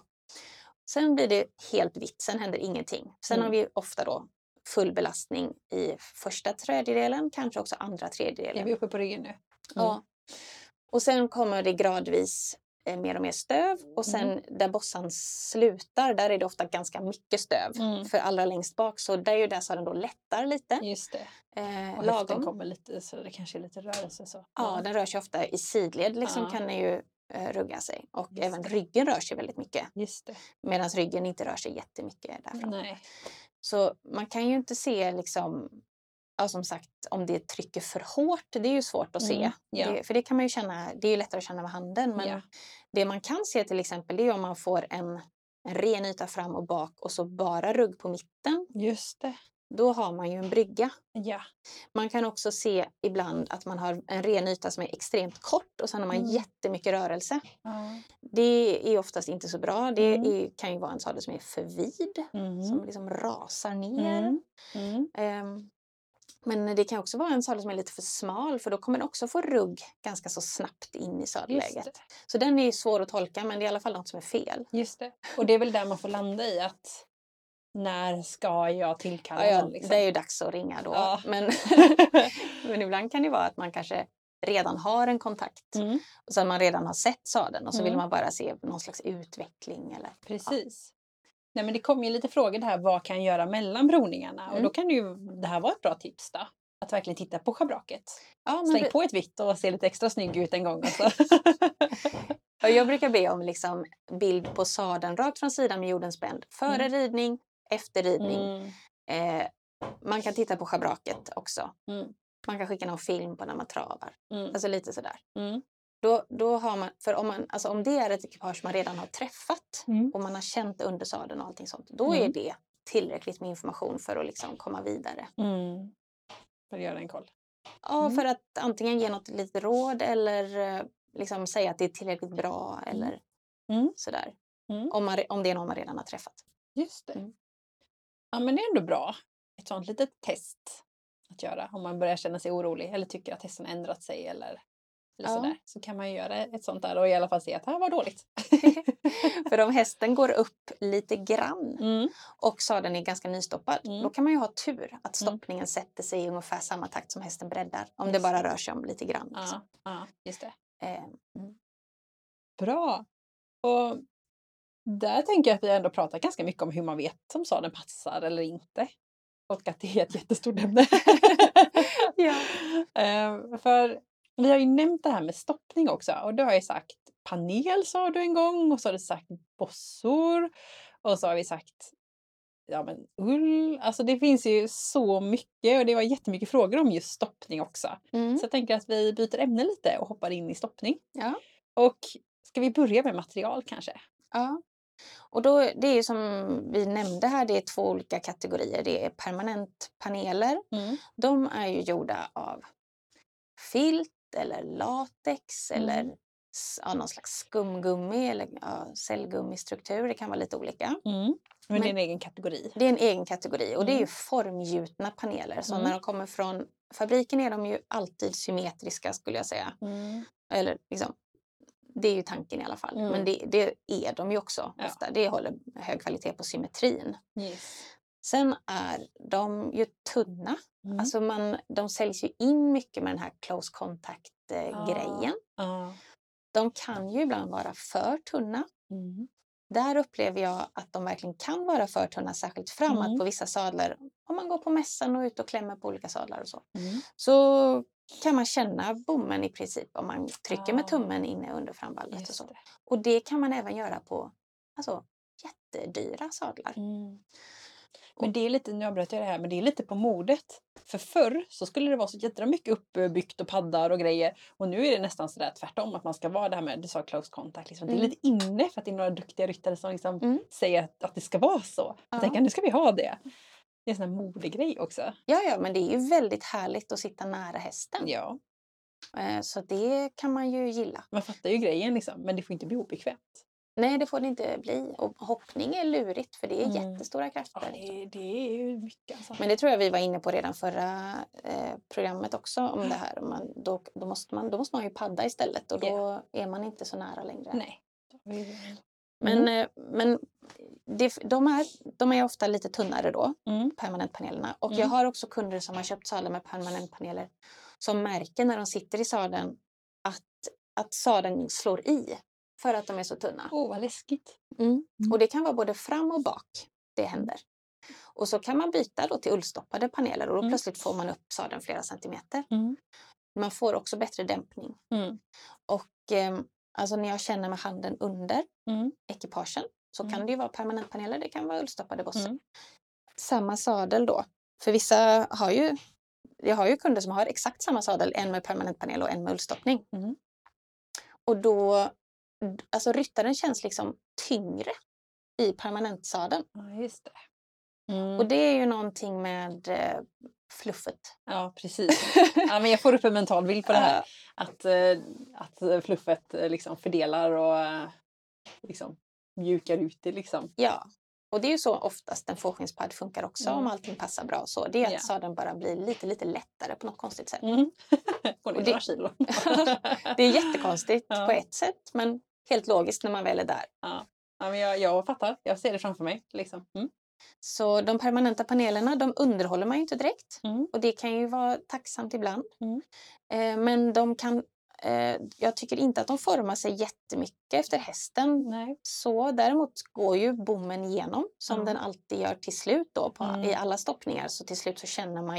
Sen blir det helt vitt, sen händer ingenting. Sen Mm. har vi ofta då full belastning i första tredjedelen, kanske också andra tredjedelen. Är vi uppe på ryggen nu? Mm. Ja. Och sen kommer det gradvis eh, mer och mer stöv. Och sen Mm. där bossan slutar, där är det ofta ganska mycket stöv. Mm. För allra längst bak, så där är ju där så den då lättar lite. Just det. Eh, Och lagom. höften kommer lite, så det kanske är lite rörelse så. Ja, den rör sig ofta i sidled, liksom Ja. kan den ju eh, rugga sig. Och Just även det. ryggen rör sig väldigt mycket. Just det. Medan ryggen inte rör sig jättemycket där framme. Nej. Så man kan ju inte se liksom, ja, som sagt, om det trycker för hårt, det är ju svårt att se. Mm, ja. Det, för det kan man ju känna, det är ju lättare att känna med handen. Men Ja. det man kan se till exempel, det är om man får en, en ren yta fram och bak och så bara rugg på mitten. Just det. Då har man ju en brygga. Ja. Man kan också se ibland att man har en ren yta som är extremt kort och sen har man Mm. jättemycket rörelse. Ja. Det är oftast inte så bra. Det Mm. är, kan ju vara en sadel som är för vid. Mm. Som liksom rasar ner. Mm. Mm. Ehm, men det kan också vara en sadel som är lite för smal, för då kommer den också få rugg ganska så snabbt in i Just sadelläget. det. Så den är ju svår att tolka, men det är i alla fall något som är fel. Just det. Och det är väl där man får landa i att när ska jag tillkalla Ja, ja, någon, liksom? det är ju dags att ringa då. Ja. Men, men ibland kan det vara att man kanske redan har en kontakt. Mm. Och så att man redan har sett sadeln och så Mm. vill man bara se någon slags utveckling. Eller, Precis. Nej, men det kommer ju lite frågor det här, vad kan jag göra mellan provningarna? Mm. Och då kan ju det här vara ett bra tips då. Att verkligen titta på schabraket. Ja, men Släng det- på ett vitt och se lite extra snygg ut en gång. Alltså. Och jag brukar be om liksom bild på sadeln rakt från sidan med jordens bänd. Före Mm. ridning, efter ridning. Mm. Eh, man kan titta på schabraket också. Mm. Man kan skicka någon film på när man travar. Mm. Alltså lite sådär. Mm. Då, då har man, för om, man, alltså om det är ett ekipage man redan har träffat Mm. och man har känt undersadeln och allting sånt. Då Mm. är det tillräckligt med information för att liksom komma vidare. Mm. För att göra en koll. Ja, Mm. för att antingen ge något litet råd eller eh, liksom säga att det är tillräckligt bra eller Mm. sådär. Mm. Om, man, om det är någon man redan har träffat. Just det. Mm. Ja, men det är ändå bra. Ett sånt litet test att göra om man börjar känna sig orolig eller tycker att hästen ändrat sig eller, eller Ja. sådär. Så kan man göra ett sånt där och i alla fall se att det här var dåligt. För om hästen går upp lite grann Mm. och sadeln är ganska nystoppad, Mm. då kan man ju ha tur att stoppningen sätter sig i ungefär samma takt som hästen breddar. Om det Just bara det. rör sig om lite grann. Liksom. Ja, ja, just det. Eh, mm. Bra. Och där tänker jag att vi ändå pratar ganska mycket om hur man vet om sadeln passar eller inte. Och att det är ett jättestort ämne. Ja. Eh, för vi har ju nämnt det här med stoppning också. Och då har jag sagt panel sa du en gång. Och så har du sagt bossor. Och så har vi sagt ja, men ull. Alltså det finns ju så mycket. Och det var jättemycket frågor om just stoppning också. Mm. Så jag tänker att vi byter ämne lite och hoppar in i stoppning. Ja. Och ska vi börja med material kanske? Ja. Och då, det är ju som vi nämnde här, det är två olika kategorier. Det är permanentpaneler. Mm. De är ju gjorda av filt eller latex Mm. eller ja, någon slags skumgummi eller ja, cellgummistruktur. Det kan vara lite olika. Mm. Men, Men- det är en egen kategori. Det är en egen kategori och det är ju Mm. formgjutna paneler. Så Mm. när de kommer från fabriken är de ju alltid symmetriska skulle jag säga. Mm. Eller liksom, det är ju tanken i alla fall. Mm. Men det, det är de ju också Ja. ofta. Det håller hög kvalitet på symmetrin. Yes. Sen är de ju tunna. Mm. Alltså man, de säljs ju in mycket med den här close contact-grejen. Ja. De kan ju ibland vara för tunna. Mm. Där upplever jag att de verkligen kan vara för tunna, särskilt framåt Mm. på vissa sadlar. Om man går på mässan och ut och klämmer på olika sadlar och så. Mm. Så kan man känna bommen i princip om man trycker Ah. med tummen inne under framballet och Just så. det. Och det kan man även göra på alltså, jättedyra sadlar. Mm. Men det är lite, nu avbröt jag det här, men det är lite på modet. För förr så skulle det vara så jädra mycket uppbyggt och paddar och grejer. Och nu är det nästan sådär tvärtom, att man ska vara det här med, du sa close contact. Liksom. Det är Mm. lite inne för att det är några duktiga ryttare som liksom Mm. säger att, att det ska vara så. Ja. Jag tänker, nu ska vi ha det. Det är en sån här modegrej också. Ja, ja, men det är ju väldigt härligt att sitta nära hästen. Ja, Eh, Så det kan man ju gilla. man fattar ju grejen liksom, men det får inte bli obekvämt. Nej, det får det inte bli. Och hoppning är lurigt för det är Mm. jättestora krafter. Ja, det, det är ju mycket alltså. Men det tror jag vi var inne på redan förra eh, programmet också om det här. Man, då, då, måste man, då måste man ju padda istället och då Ja. är man inte så nära längre. Nej. Men, Mm. eh, men det, de, är, de är ofta lite tunnare då, Mm. permanentpanelerna. Och Mm. jag har också kunder som har köpt sadlar med permanentpaneler som märker när de sitter i sadeln att, att sadeln slår i för att de är så tunna. Åh, vad läskigt. Mm. Mm. Och det kan vara både fram och bak det händer. Och så kan man byta då till ullstoppade paneler och då Mm. plötsligt får man upp sadeln flera centimeter. Mm. Man får också bättre dämpning. Mm. Och eh, alltså när jag känner med handen under Mm. ekipagen så Mm. kan det ju vara permanentpaneler, det kan vara ullstoppade bossar. Mm. Samma sadel då. För vissa har ju, jag har ju kunder som har exakt samma sadel, en med permanentpanel och en med ullstoppning. Mm. Och då, alltså ryttaren känns liksom tyngre i permanentsadeln. Ja, just det. Mm. Och det är ju någonting med eh, fluffet. Ja, precis. Ja, men jag får upp en mental bild på det här. Att, eh, att fluffet eh, liksom fördelar och eh, liksom mjukar ut det liksom. Ja, och det är ju så oftast en fårskinnspadd funkar också Mm. om allting passar bra. Så det är att Ja. sadeln bara blir lite, lite lättare på något konstigt sätt. Mm. Får ni Och det- några kilo? Det är jättekonstigt Ja. på ett sätt, men helt logiskt när man väl är där. Ja. Ja, men jag, jag fattar. Jag ser det framför mig. Liksom. Mm. Så de permanenta panelerna, de underhåller man ju inte direkt. Mm. Och det kan ju vara tacksamt ibland. Mm. Eh, men de kan, eh, jag tycker inte att de formar sig jättemycket efter hästen. Nej. Så däremot går ju bommen igenom som Ja. den alltid gör till slut då på, Mm. i alla stoppningar. Så till slut så känner man ju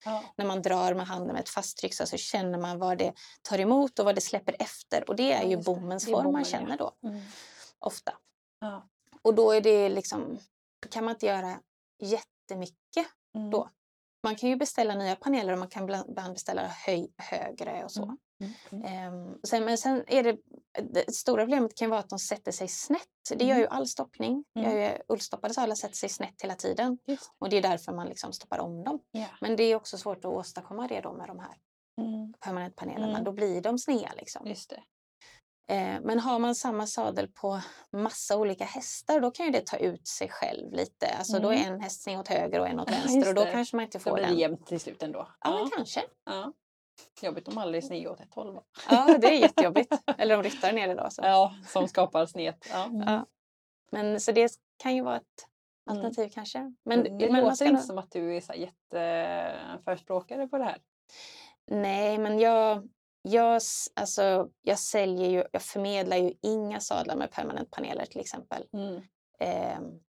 Ja. När man drar med handen med ett fast tryck så, så känner man vad det tar emot och vad det släpper efter. Och det är Ja, ju just det. bommens Det är form bommen, man ja. känner då. Mm. Ofta. Ja. Och då är det liksom, kan man inte göra jättemycket Mm. då. Man kan ju beställa nya paneler och man kan ibland beställa höj, högre och så. Mm. Mm. Um, sen, men sen är det, det stora problemet kan vara att de sätter sig snett. Det Mm. gör ju all stoppning. Mm. Gör ju, ullstoppade sadlar sätter sig snett hela tiden. Just. Och det är därför man liksom stoppar om dem. Ja. Men det är också svårt att åstadkomma det då med de här Mm. permanentpanelerna. Mm. Då blir de sneda liksom. Just det. Eh, men har man samma sadel på massa olika hästar, då kan ju det ta ut sig själv lite. Alltså Mm. då är en häst sned åt höger och en åt Ja, vänster. just Och då det. kanske man inte Då får blir det den. jämnt till slut ändå. Ja, men kanske. Ja. Jobbigt om aldrig sned åt ett håll. Ja, det är jättejobbigt. Eller om ryttaren är det då. Så. Ja, som skapar snet. Ja. Mm. Ja. Men så det kan ju vara ett alternativ Mm. kanske. Men, det men låter man ska inte nog... som att du är så jätteförespråkare på det här. Nej, men jag, jag, alltså, jag säljer ju, jag förmedlar ju inga sadlar med permanentpaneler till exempel. Mm. Eh,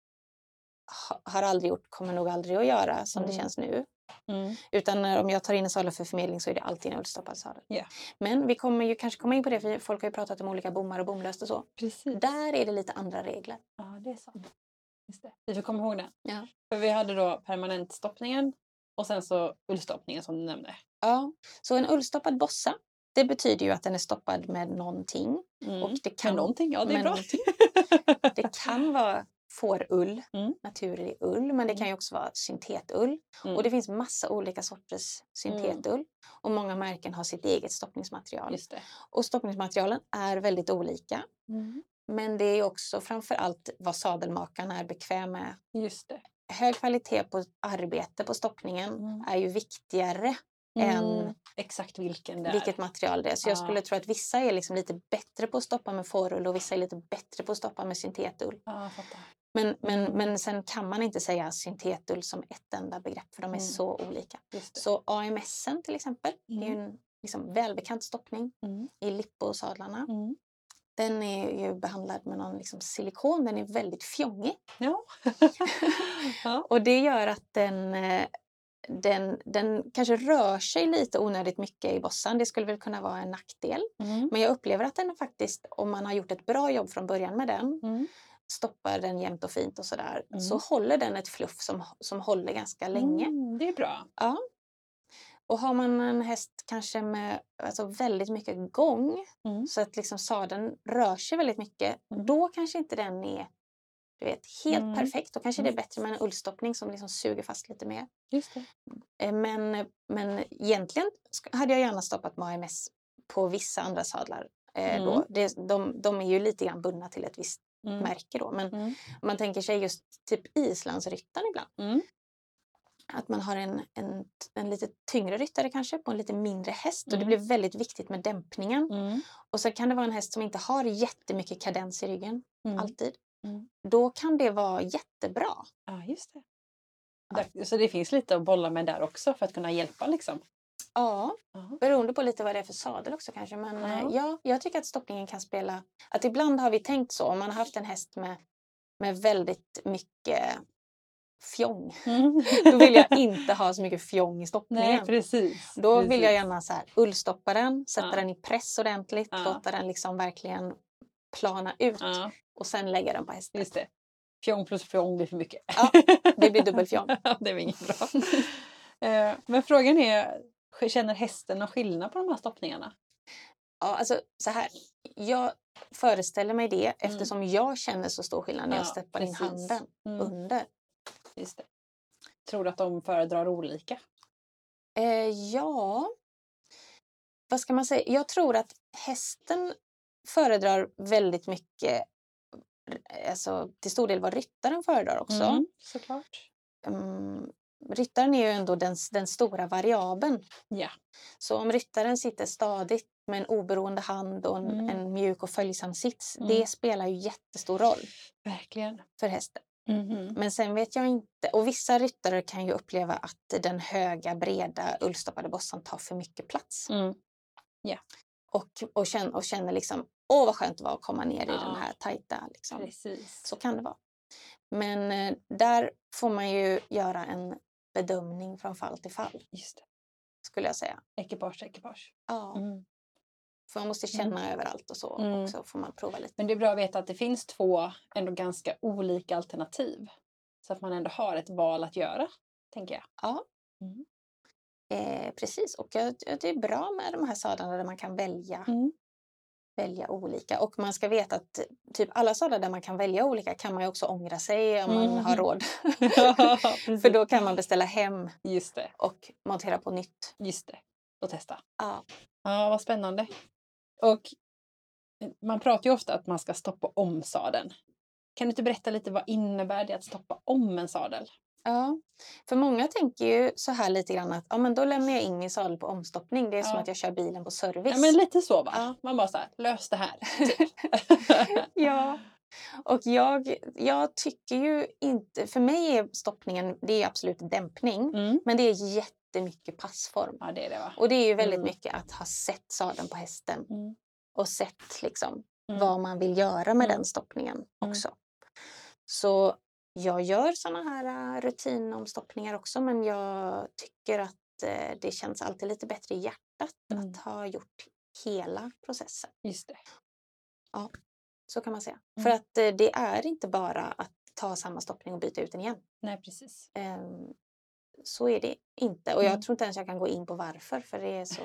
ha, har aldrig gjort, kommer nog aldrig att göra som Mm. det känns nu. Mm. Utan om jag tar in en sadel för förmedling så är det alltid en ullstoppad sadel. Yeah. Men vi kommer ju kanske komma in på det, för folk har ju pratat om olika bommar och bomlöst och så. Precis. Där är det lite andra regler. Ja, det är sant. Just det. Vi får komma ihåg det. Ja. För vi hade då permanentstoppningen och sen så ullstoppningen som du nämnde. Ja, så en ullstoppad bossa, det betyder ju att den är stoppad med någonting. Mm. Och det kan, med någonting, ja det är bra. Det kan vara fårull, mm. naturlig ull, men det Mm. kan ju också vara syntetull. Mm. Och det finns massa olika sorters syntetull. Mm. Och många märken har sitt eget stoppningsmaterial. Just det. Och stoppningsmaterialen är väldigt olika. Mm. Men det är också framförallt vad sadelmakarna är bekväm med. Just det. Hög kvalitet på arbete på stoppningen mm. är ju viktigare mm. än exakt vilken det är. vilket material det är. Så ja. jag skulle tro att vissa är liksom lite bättre på att stoppa med fårull och vissa är lite bättre på att stoppa med syntetull. Ja, fattar. Men, men, men sen kan man inte säga syntetull som ett enda begrepp för de är mm. så olika. Så A M S-en till exempel, mm. det är ju en liksom välbekant stoppning mm. i Lippo-sadlarna. Mm. Den är ju behandlad med någon liksom silikon, den är väldigt fjongig. Ja. ja. Och det gör att den, den, den kanske rör sig lite onödigt mycket i bossan. Det skulle väl kunna vara en nackdel. Mm. Men jag upplever att den faktiskt, om man har gjort ett bra jobb från början med den, mm. stoppar den jämnt och fint och sådär, mm. så håller den ett fluff som, som håller ganska länge. Mm, det är bra. Ja. Och har man en häst kanske med alltså väldigt mycket gång, mm. så att liksom sadeln rör sig väldigt mycket, mm. då kanske inte den är du vet, helt mm. perfekt. Då kanske mm. det är bättre med en ullstoppning som liksom suger fast lite mer. Just det. Men, men egentligen hade jag gärna stoppat med A M S på vissa andra sadlar. Mm. Då. Det, de, de är ju lite grann bundna till ett visst mm. märke då. Men mm. om man tänker sig just typ islandsryttaren ibland. Mm. Att man har en, en, en lite tyngre ryttare kanske på en lite mindre häst. Mm. Och det blir väldigt viktigt med dämpningen. Mm. Och så kan det vara en häst som inte har jättemycket kadens i ryggen. Mm. Alltid. Mm. Då kan det vara jättebra. Ja, just det. Ja. Så det finns lite att bolla med där också för att kunna hjälpa liksom? Ja, uh-huh. beroende på lite vad det är för sadel också kanske. Men uh-huh. ja, jag tycker att stoppningen kan spela... Att ibland har vi tänkt så. Om man har haft en häst med, med väldigt mycket fjong. Mm. Då vill jag inte ha så mycket fjong i stoppningen. Nej, precis. Då precis. vill jag gärna så här, ullstoppa den, sätta uh-huh. den i press ordentligt. Uh-huh. Låta den liksom verkligen plana ut. Uh-huh. Och sen lägga den på hästen. Just det. Fjong plus fjong blir för mycket. Ja, det blir dubbelfjong. Det är inget bra. Men frågan är, känner hästen någon skillnad på de här stoppningarna? Ja, alltså så här. Jag föreställer mig det mm. eftersom jag känner så stor skillnad när ja, jag steppar in handen mm. under. Just det. Tror du att de föredrar olika? Eh, ja, vad ska man säga? Jag tror att hästen föredrar väldigt mycket, alltså till stor del vad ryttaren föredrar också. Mm, såklart. Um, ryttaren är ju ändå den, den stora variabeln. Ja. Så om ryttaren sitter stadigt med en oberoende hand och en, mm. en mjuk och följsam sits, mm. det spelar ju jättestor roll. Verkligen. För hästen. Mm-hmm. Men sen vet jag inte, och vissa ryttare kan ju uppleva att den höga, breda, ullstoppade bossan tar för mycket plats. Mm. Yeah. Och, och, känner, och känner liksom, åh vad skönt det var att komma ner ja. i den här tajta. Liksom. Precis. Så kan det vara. Men eh, där får man ju göra en bedömning från fall till fall. Just det. Skulle jag säga. Ekipage, ekipage. Ja. Mm. För man måste känna Mm. överallt och så. Mm. Och så får man prova lite. Men det är bra att veta att det finns två ändå ganska olika alternativ. Så att man ändå har ett val att göra, tänker jag. Ja. Mm. Eh, precis. Och jag, det är bra med de här sadlarna där man kan välja. Mm. välja olika. Och man ska veta att typ alla sadlar där man kan välja olika kan man ju också ångra sig om man Mm. har råd. Ja, För då kan man beställa hem Just det. och montera på nytt. Just det. Och testa. Ja. Ja, vad spännande. Och man pratar ju ofta att man ska stoppa om sadeln. Kan du inte berätta lite vad innebär det att stoppa om en sadel? Ja, för många tänker ju så här lite grann att ja, men då lämnar jag in min sadel på omstoppning. Det är Ja. som att jag kör bilen på service. Ja, men lite så va? Ja. Man bara så här, lös det här. Ja, och jag, jag tycker ju inte, för mig är stoppningen, det är absolut dämpning, Mm. men det är jättemycket passform. Ja, det är det va? Och det är ju väldigt Mm. mycket att ha sett sadeln på hästen Mm. och sett liksom Mm. vad man vill göra med Mm. den stoppningen Mm. också. Så jag gör såna här uh, rutinomstoppningar också, men jag tycker att uh, det känns alltid lite bättre i hjärtat Mm. att ha gjort hela processen. Just det. Ja, så kan man säga. Mm. För att uh, det är inte bara att ta samma stoppning och byta ut den igen. Nej, precis. Um, så är det inte. Och jag Mm. tror inte ens jag kan gå in på varför, för det är så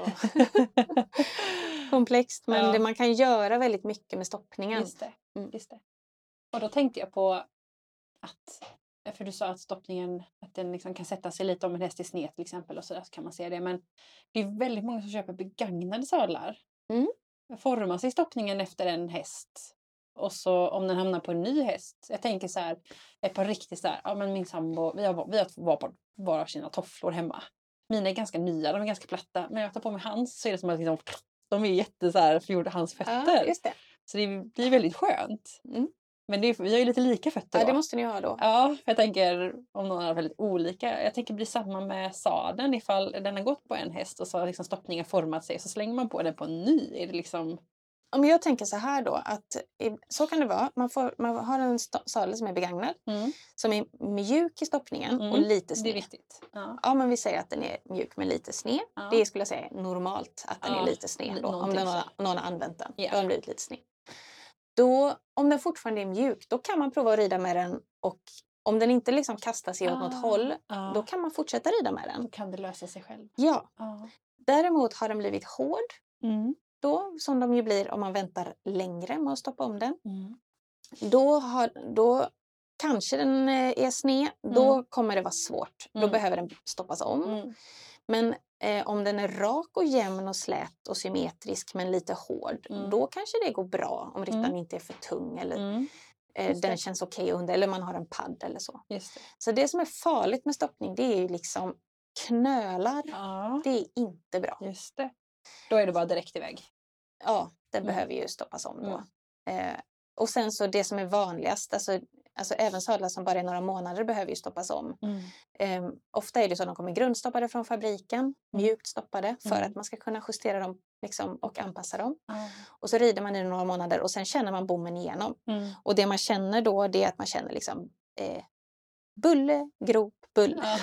komplext. Men Ja. det, man kan göra väldigt mycket med stoppningen. Just det. Mm. Just det. Och då tänkte jag på att, för du sa att stoppningen, att den liksom kan sätta sig lite om en häst är sned till exempel och så där, så kan man se det. Men det är väldigt många som köper begagnade sadlar. Mm. Formar sig stoppningen efter en häst. Och så om den hamnar på en ny häst. Jag tänker så här, ett par riktigt så här, ja men min sambo, vi har, vi har var på bara sina tofflor hemma. Mina är ganska nya, de är ganska platta. Men jag tar på mig hans så är det som att liksom, de är jätte så här förgjorda hans fötter. Ja, just det. Så det blir väldigt skönt. Mm. Men det är, vi har ju lite lika fötter Ja, då. det måste ni ha då. Ja, för jag tänker om någon har väldigt olika. Jag tänker bli samma med sadeln. Ifall den har gått på en häst och så har liksom stoppningen format sig. Så slänger man på den på en ny. Är det liksom... Om jag tänker så här då, att så kan det vara. Man, får, man har en st- sadel som är begagnad. Mm. Som är mjuk i stoppningen Mm. och lite Det är sned. viktigt. Ja. Ja, men vi säger att den är mjuk med lite sned. Ja. Det skulle jag säga är normalt att den Ja, är lite sned då. Om någonting den, så. någon, någon har använt den. Ja. Då har den blivit lite sned. Då, om den fortfarande är mjuk, då kan man prova att rida med den. Och om den inte liksom kastar sig åt Ah, något håll, ah. då kan man fortsätta rida med Då den. kan det lösa sig själv. Ja. Ja. Däremot har den blivit hård. Mm. Då, som de ju blir om man väntar längre med att stoppa om den. Mm. Då, har, då kanske den eh, är sned. Då Mm. kommer det vara svårt. Då Mm. behöver den stoppas om. Mm. Men eh, om den är rak och jämn och slät och symmetrisk men lite hård. Mm. Då kanske det går bra om ryttaren Mm. inte är för tung. Eller Mm. eh, Just den det. känns okej under. Eller man har en padd eller så. Just det. Så det som är farligt med stoppning, det är ju liksom knölar. Ja, Det är inte bra. just det. Då är det bara direkt iväg. Ja, den Mm. behöver ju stoppas om då. Mm. Eh, och sen så det som är vanligast, alltså, alltså även sadlar som bara är några månader behöver ju stoppas om. Mm. Eh, ofta är det så att de kommer grundstoppade från fabriken, mjukt stoppade, för Mm. att man ska kunna justera dem liksom, och anpassa dem. Ja. Och så rider man i några månader och sen känner man bommen igenom. Mm. Och det man känner då, det är att man känner liksom eh, bulle, grop, bulle. Ja.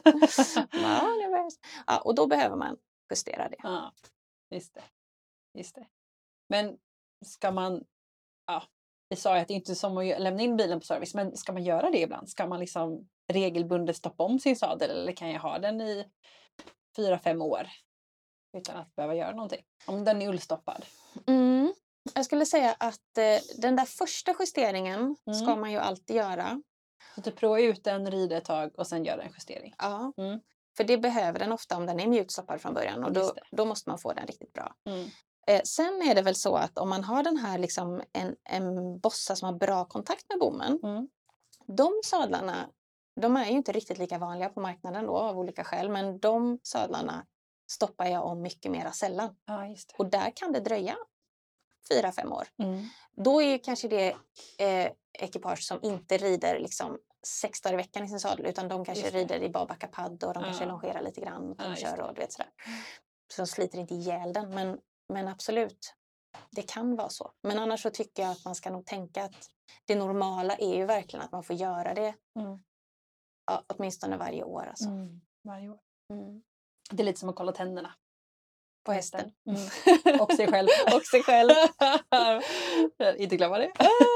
Ja, det var... ja, och då behöver man justera det. Ja, just det. Just det. Men ska man, ja, vi sa ju att det inte är som att lämna in bilen på service, men ska man göra det ibland? Ska man liksom regelbundet stoppa om sin sadel eller kan jag ha den i fyra, fem år utan att behöva göra någonting? Om den är ullstoppad. Mm. Jag skulle säga att eh, den där första justeringen Mm. ska man ju alltid göra. Så du provar ut den, rider ett tag och sen gör en justering. Ja. Mm. För det behöver den ofta om den är mjukstoppad från början. Och då, Just det. då måste man få den riktigt bra. Mm. Eh, sen är det väl så att om man har den här liksom en, en bossa som har bra kontakt med bommen. Mm. De sadlarna, de är ju inte riktigt lika vanliga på marknaden då av olika skäl. Men de sadlarna stoppar jag om mycket mera sällan. Ja, just det. Och där kan det dröja fyra, fem år. Mm. Då är ju kanske det eh, ekipage som inte rider liksom sex dagar i veckan i sin sadel. Utan de kanske Just det. rider i barbacka padd och de Ja. kanske longerar lite grann. Och Ja, de just kör det. och du vet sådär. Så de sliter inte ihjäl den. Men, men absolut, det kan vara så. Men annars så tycker jag att man ska nog tänka att det normala är ju verkligen att man får göra det Mm. Ja, åtminstone varje år alltså. Mm. Varje år. Mm. Det är lite som att kolla tänderna. På hästen. Mm. Och sig själv. Och sig själv. Inte glömma det.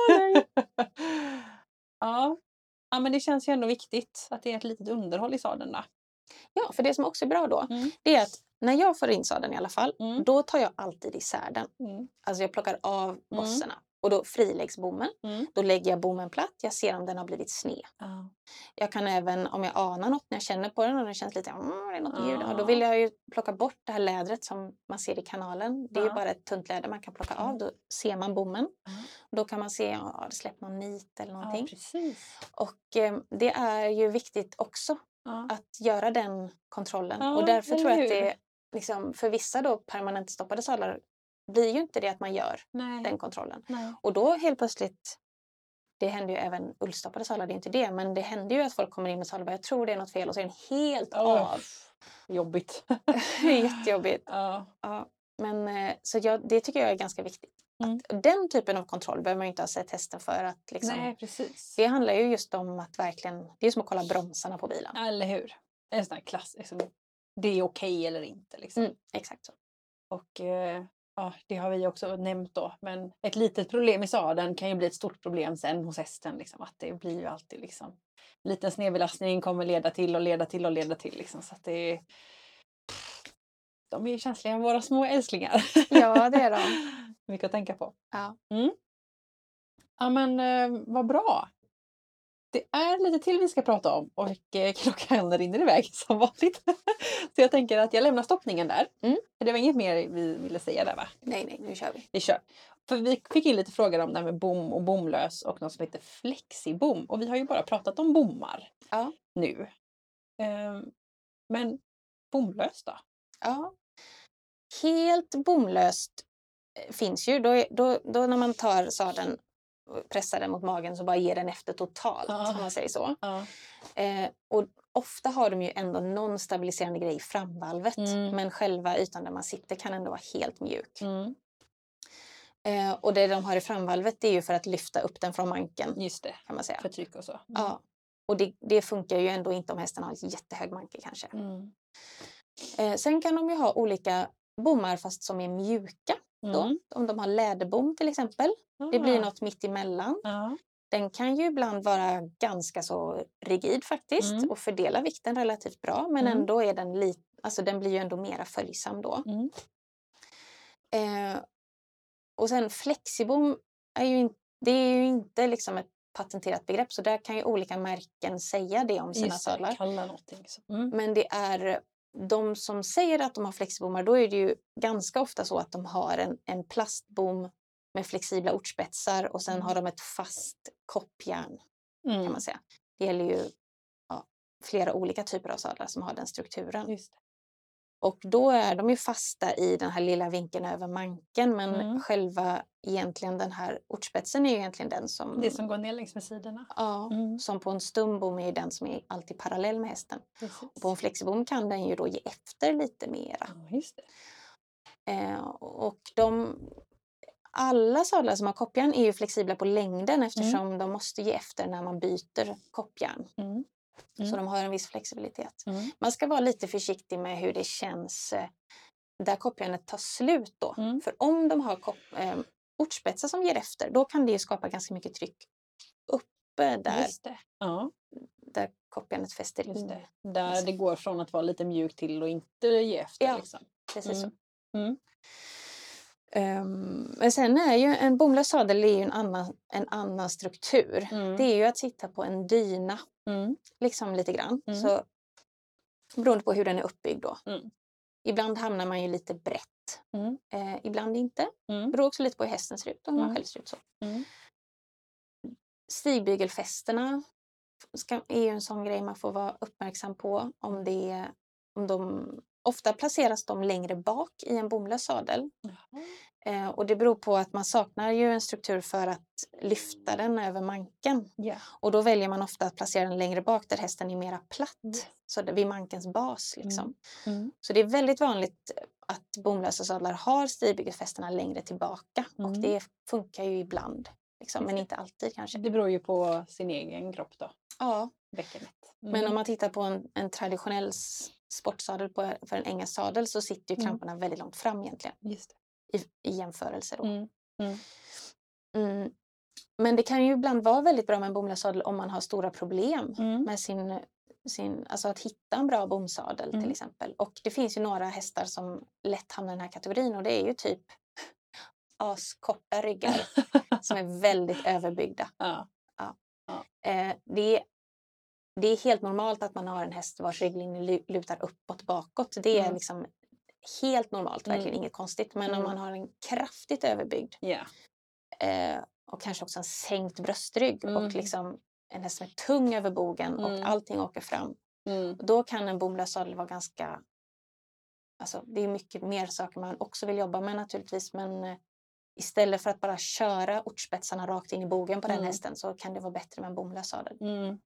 Ja. Ja, men det känns ju ändå viktigt att det är ett litet underhåll i sadeln då. Ja, för det som också är bra då, Mm. det är att när jag får in sadeln i alla fall, Mm. då tar jag alltid isär den. Mm. Alltså jag plockar av bosserna. Och då friläggs bommen. Mm. Då lägger jag bommen platt. Jag ser om den har blivit sned. Ja. Jag kan även, om jag anar något när jag känner på den och den känns lite, mm, det är något Ja. ljud. Ja, då vill jag ju plocka bort det här lädret som man ser i kanalen. Det är Ja. ju bara ett tunt läder man kan plocka Mm. av. Då ser man bommen. Ja. Då kan man se, ja, det släpper någon nit eller någonting. Ja, precis. Och eh, det är ju viktigt också Ja. att göra den kontrollen. Ja, och därför eller tror jag att hur? det liksom, för vissa då permanent stoppade sadlar blir ju inte det att man gör Nej. den kontrollen. Nej. Och då helt plötsligt, det händer ju även ullstoppade sadlar, det är inte det, men det händer ju att folk kommer in med sadlar och jag tror det är något fel och så är den helt Oh, av. Jobbigt. Det är jättejobbigt. Ja. Ja, men, eh, så jag, det tycker jag är ganska viktigt. Mm. Att den typen av kontroll behöver man ju inte ha sett hästen för att liksom, Nej, precis. det handlar ju just om att verkligen, det är som att kolla bromsarna på bilen. Eller hur? En sån här klass. Liksom, det är okej eller inte. Liksom. Mm, exakt så. Och eh, ja, det har vi också nämnt då. Men ett litet problem i sadeln kan ju bli ett stort problem sen hos hästen. Liksom, att det blir ju alltid liksom. Liten snedbelastning kommer leda till och leda till och leda till. Liksom, så att det är, de är ju känsliga, våra små älsklingar. Ja, det är de. Mycket att tänka på. Ja. Mm. Ja, men eh, vad bra. Det är lite till vi ska prata om och eh, klockan rinner iväg som vanligt. Så jag tänker att jag lämnar stoppningen där. Mm. För det var inget mer vi ville säga där, va? Nej, nej, nu kör vi. Vi kör. För vi fick in lite frågor om det här med bom och bomlös och något som heter flexibom. Och vi har ju bara pratat om bommar Ja. nu. Ehm, men bomlös då? Ja. Helt bomlöst finns ju. Då, är, då, då när man tar sadeln och pressar den mot magen så bara ger den efter totalt, Ja. om man säger så. Ja. Eh, och ofta har de ju ändå någon stabiliserande grej i framvalvet. Mm. Men själva ytan där man sitter kan ändå vara helt mjuk. Mm. Eh, och det de har i framvalvet det är ju för att lyfta upp den från manken. Just det. Kan man säga. För tryck och så. Mm. Ja. Och det, det funkar ju ändå inte om hästen har en jättehög manke kanske. Mm. Eh, sen kan de ju ha olika bommar fast som är mjuka. Då. Mm. Om de har läderbom till exempel. Det blir något mitt emellan. Ja. Den kan ju ibland vara ganska så rigid faktiskt. Mm. Och fördela vikten relativt bra. Men Mm. ändå är den lite, alltså den blir ju ändå mera följsam då. Mm. Eh, och sen flexibom är ju, in, det är ju inte liksom ett patenterat begrepp. Så där kan ju olika märken säga det om sina Just det, sadlar. kalla någonting. Så. Mm. Men det är de som säger att de har flexibommar, då är det ju ganska ofta så att de har en, en plastbom med flexibla ortspetsar och sen Mm. har de ett fast koppjärn Mm. kan man säga. Det gäller ju ja, flera olika typer av sadlar som har den strukturen. Just det. Och då är de ju fasta i den här lilla vinkeln över manken men Mm. själva egentligen den här ortspetsen är ju egentligen den som, Det som går ner längs med sidorna. ja, Mm. som på en stumbom är ju den som är alltid parallell med hästen. Precis. Och på en flexibom kan den ju då ge efter lite mera. Ja, just det. Eh, och de, alla sadlar som har koppjärn är ju flexibla på längden eftersom mm. de måste ge efter när man byter koppjärn. Mm. Mm. Så de har en viss flexibilitet. Mm. Man ska vara lite försiktig med hur det känns eh, där koppjärnet tar slut då. Mm. För om de har kopp, eh, ortspetsar som ger efter, då kan det ju skapa ganska mycket tryck uppe där, Just det. Ja, där koppjärnet fäster just in. det. Där det går från att vara lite mjuk till och inte ge efter. Ja, liksom. Precis Mm. så. Mm. Um, men sen är ju en bomlös sadel är ju en annan, en annan struktur. Mm. Det är ju att sitta på en dyna. Mm. Liksom lite grann. Mm. Så, beroende på hur den är uppbyggd då. Mm. Ibland hamnar man ju lite brett. Mm. Eh, ibland inte. Mm. Det beror också lite på hur hästen ser ut. Om man Mm. själv ser ut så. Mm. Stigbygelfästena ska, är ju en sån grej man får vara uppmärksam på. Om, det, om de, ofta placeras de längre bak i en bomlös sadel. Jaha. Eh, och det beror på att man saknar ju en struktur för att lyfta den över manken. Ja. Och då väljer man ofta att placera den längre bak där hästen är mera platt. Yes. Så det, vid mankens bas liksom. Mm. Mm. Så det är väldigt vanligt att bomlösa sadlar har stigbyggelfästena längre tillbaka. Mm. Och det funkar ju ibland. Liksom, men inte alltid kanske. Det beror ju på sin egen kropp då. Ja, Bäckenet. Mm. Men om man tittar på en, en traditionell sportsadel på, för en engelsk sadel så sitter ju kramporna mm. väldigt långt fram egentligen. Just det. I, I jämförelse då. Mm. Mm. Mm. Men det kan ju ibland vara väldigt bra med en bomlössadel om man har stora problem mm. med sin, sin, alltså att hitta en bra bomsadel mm. till exempel. Och det finns ju några hästar som lätt hamnar i den här kategorin och det är ju typ askorta ryggar som är väldigt överbyggda. Ja. Ja. Ja. Eh, det, det är helt normalt att man har en häst vars rygglinje lutar uppåt bakåt. Det är mm. liksom helt normalt, verkligen mm. inget konstigt. Men mm. om man har en kraftigt överbyggd yeah. eh, och kanske också en sänkt bröstrygg mm. och liksom en häst som är tung över bogen mm. och allting åker fram. Mm. Då kan en bomlös sadel vara ganska... Alltså, det är mycket mer saker man också vill jobba med naturligtvis, men eh, istället för att bara köra ortspetsarna rakt in i bogen på mm. den hästen så kan det vara bättre med en bomlös sadel. Mm.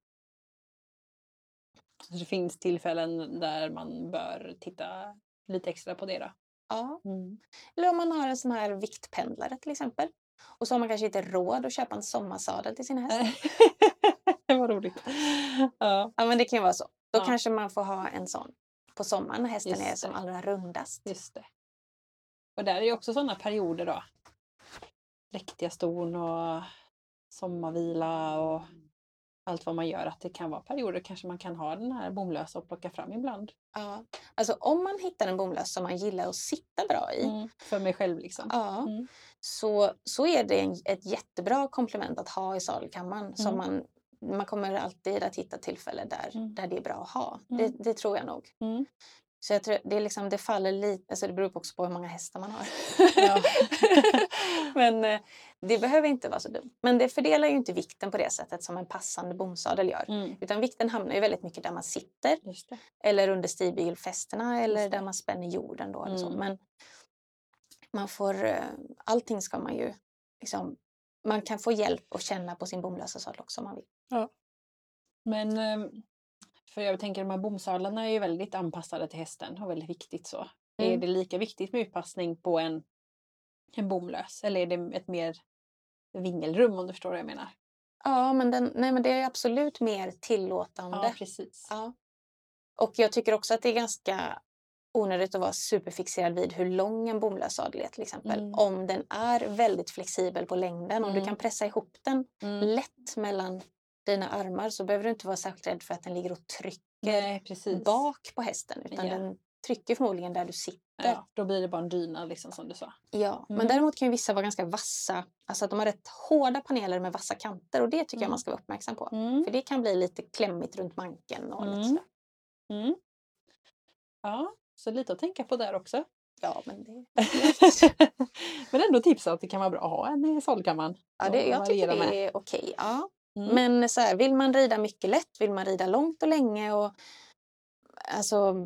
Så det finns tillfällen där man bör titta lite extra på det då? Ja. Mm. Eller om man har en sån här viktpendlare till exempel. Och så har man kanske inte råd att köpa en sommarsadel till sin häst. Det var roligt. Ja. Ja, men det kan ju vara så. Då ja. kanske man får ha en sån på sommaren när hästen Just är det. som allra rundast. Just det. Och där är ju också sådana perioder då. Riktiga ston och sommarvila och allt vad man gör. Att det kan vara perioder kanske man kan ha den här bomlösa och plocka fram ibland. Ja, alltså om man hittar en bomlös som man gillar att sitta bra i. Mm, för mig själv liksom. Ja, mm. så, så är det en, ett jättebra komplement att ha i sadelkammaren. Mm. Som man, man kommer alltid att hitta tillfällen där, mm. där det är bra att ha. Mm. Det, det tror jag nog. Mm. Så jag tror det, är liksom, det faller lite, alltså det beror också på hur många hästar man har. Ja. Men eh, det behöver inte vara så dumt. Men det fördelar ju inte vikten på det sättet som en passande bomsadel gör. Mm. Utan vikten hamnar ju väldigt mycket där man sitter. Just det. Eller under stigbygelfästena eller där man spänner jorden då. Eller mm. så. Men man får, eh, allting ska man ju liksom, man kan få hjälp att känna på sin bomlösa sadel också om man vill. Ja. Men... Eh... För jag tänker de här bomsadlarna är ju väldigt anpassade till hästen och väldigt viktigt så. Mm. Är det lika viktigt med utpassning på en, en bomlös? Eller är det ett mer vingelrum om du förstår vad jag menar? Ja, men, den, nej, men det är absolut mer tillåtande. Ja, precis. Ja. Och jag tycker också att det är ganska onödigt att vara superfixerad vid hur lång en bomlös sadel är till exempel. Mm. Om den är väldigt flexibel på längden. Mm. Om du kan pressa ihop den mm. lätt mellan dina armar så behöver du inte vara särskilt rädd för att den ligger och trycker Nej, precis. bak på hästen. Utan yeah. den trycker förmodligen där du sitter. Ja, då blir det bara en dyna liksom som du sa. Ja, mm. men däremot kan ju vissa vara ganska vassa. Alltså att de har rätt hårda paneler med vassa kanter. Och det tycker mm. jag man ska vara uppmärksam på. Mm. För det kan bli lite klämmigt runt manken och mm. lite sådär. Mm. Ja, så lite att tänka på där också. Ja, men det... men ändå tipsa att det kan vara bra att ha en i sadelkammaren. Ja, det, jag tycker det med. är okej. Ja. Mm. Men så här, vill man rida mycket lätt, vill man rida långt och länge och alltså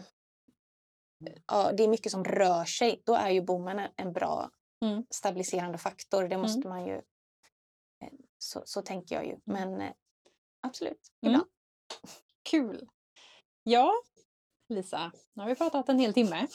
ja, det är mycket som rör sig, då är ju bommen en bra mm. stabiliserande faktor. Det måste mm. man ju, så, så tänker jag ju. Men absolut, ibland. Mm. Kul. Ja, Lisa, nu har vi pratat en hel timme.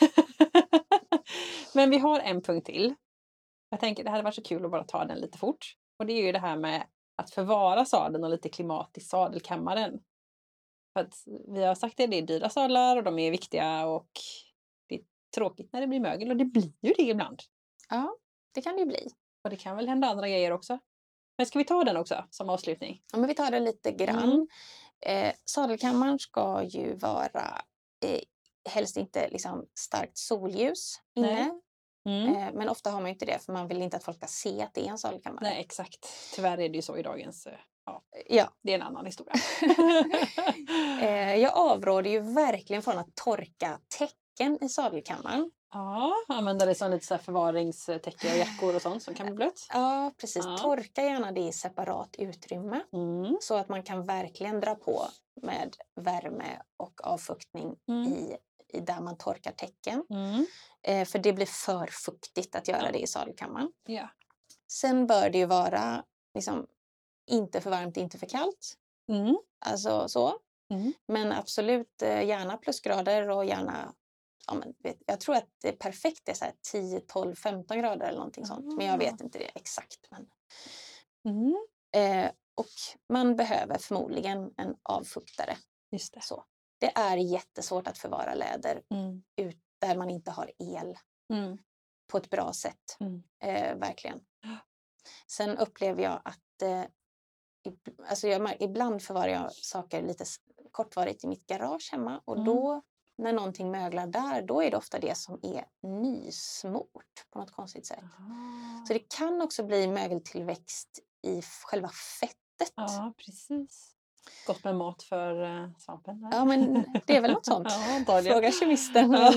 Men vi har en punkt till. Jag tänker det hade varit så kul att bara ta den lite fort. Och det är ju det här med att förvara sadeln och lite klimat i sadelkammaren. För att vi har sagt att det är dyra sadlar och de är viktiga och det är tråkigt när det blir mögel och det blir ju det ibland. Ja, det kan det ju bli. Och det kan väl hända andra grejer också. Men ska vi ta den också som avslutning? Ja, men vi tar det lite grann. Mm. Eh, sadelkammaren ska ju vara eh, helst inte liksom starkt solljus inne. Mm. Eh, men ofta har man ju inte det för man vill inte att folk ska se att det är en sadelkammare. Nej, exakt. Tyvärr är det ju så i dagens... Ja, ja. Det är en annan historia. eh, jag avråder ju verkligen från att torka täcken i sadelkammaren. Ja, använda det som lite så här förvaringstäcke och jackor och sånt som kan bli blött. Ja, precis. Ja. Torka gärna det i separat utrymme. Mm. Så att man kan verkligen dra på med värme och avfuktning mm. i, i där man torkar täcken. Mm. Eh, för det blir för fuktigt att göra ja. det i sadelkammaren. Ja. Sen bör det ju vara liksom, inte för varmt, inte för kallt. Mm. Alltså så. Mm. Men absolut eh, gärna plusgrader och gärna, ja, men, vet, jag tror att det är perfekt det är så här tio, tolv, femton grader eller någonting mm. sånt. Men jag vet inte det exakt. Men... Mm. Eh, och man behöver förmodligen en avfuktare. Just det. Så. Det är jättesvårt att förvara läder Mm. ut där man inte har el Mm. på ett bra sätt. Mm. Eh, verkligen. Sen upplever jag att eh, ib- alltså jag, ibland förvarar jag saker lite s- kortvarigt i mitt garage hemma. Och Mm. då, när någonting möglar där, då är det ofta det som är nysmort på något konstigt sätt. Aha. Så det kan också bli mögeltillväxt i f- själva fettet. Ja, precis. Gott med mat för uh, svampen. Eller? Ja, men det är väl något sånt. Ja, antagligen. Fråga kemisten. Men,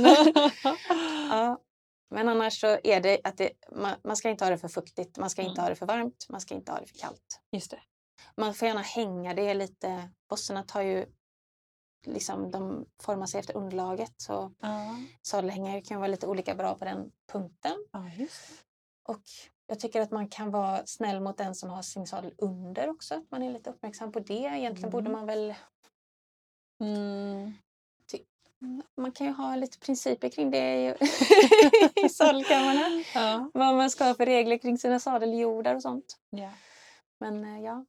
ja. Men annars så är det att det, man, man ska inte ha det för fuktigt, man ska inte Mm. ha det för varmt, man ska inte ha det för kallt. Just det. Man får gärna hänga det lite. Bossarna tar ju liksom, de formar sig efter underlaget. Så Ja, sadelhängare kan vara lite olika bra på den punkten. ja just det. Och jag tycker att man kan vara snäll mot den som har sin sadel under också. Att man är lite uppmärksam på det. Egentligen Mm. borde man väl... Mm. Man kan ju ha lite principer kring det i, i sadelkammarna. Ja. Vad man ska ha för regler kring sina sadeljordar och sånt. Ja. Men eh, ja.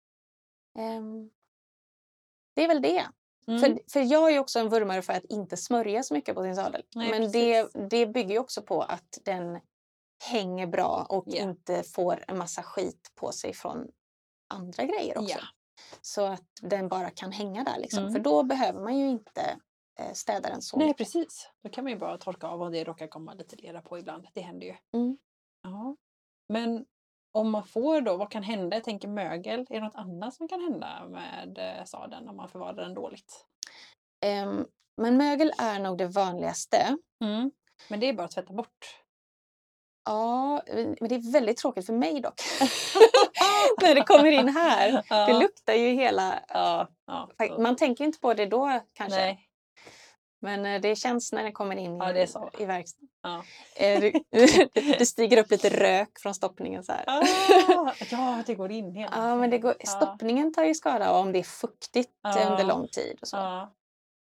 Ehm, det är väl det. Mm. För, för jag är ju också en vurmare för att inte smörja så mycket på sin sadel. Nej, Men det, det bygger ju också på att den hänger bra och Ja. inte får en massa skit på sig från andra grejer också. Ja. Så att den bara kan hänga där liksom. Mm. För då behöver man ju inte eh, städa den så Nej, mycket. precis. Då kan man ju bara torka av om det råkar komma lite lera på ibland. Det händer ju. Mm. Ja. Men om man får då, vad kan hända? Jag tänker mögel. Är det något annat som kan hända med eh, sadeln om man förvarar den dåligt? Ehm, men mögel är nog det vanligaste. Mm. Men det är bara att tvätta bort. Ja, men det är väldigt tråkigt för mig dock. När det kommer in här. Ja. Det luktar ju hela... Ja, ja. Fakt- Man tänker inte på det då kanske. Nej. Men eh, det känns när det kommer in Ja, i, det är så. i verkstaden. Ja. Eh, det, det stiger upp lite rök från stoppningen så här. Ah, ja, det går in hela Ja, men det går, ja. stoppningen tar ju skada av om det är fuktigt Ja. under lång tid. Och så. Ja.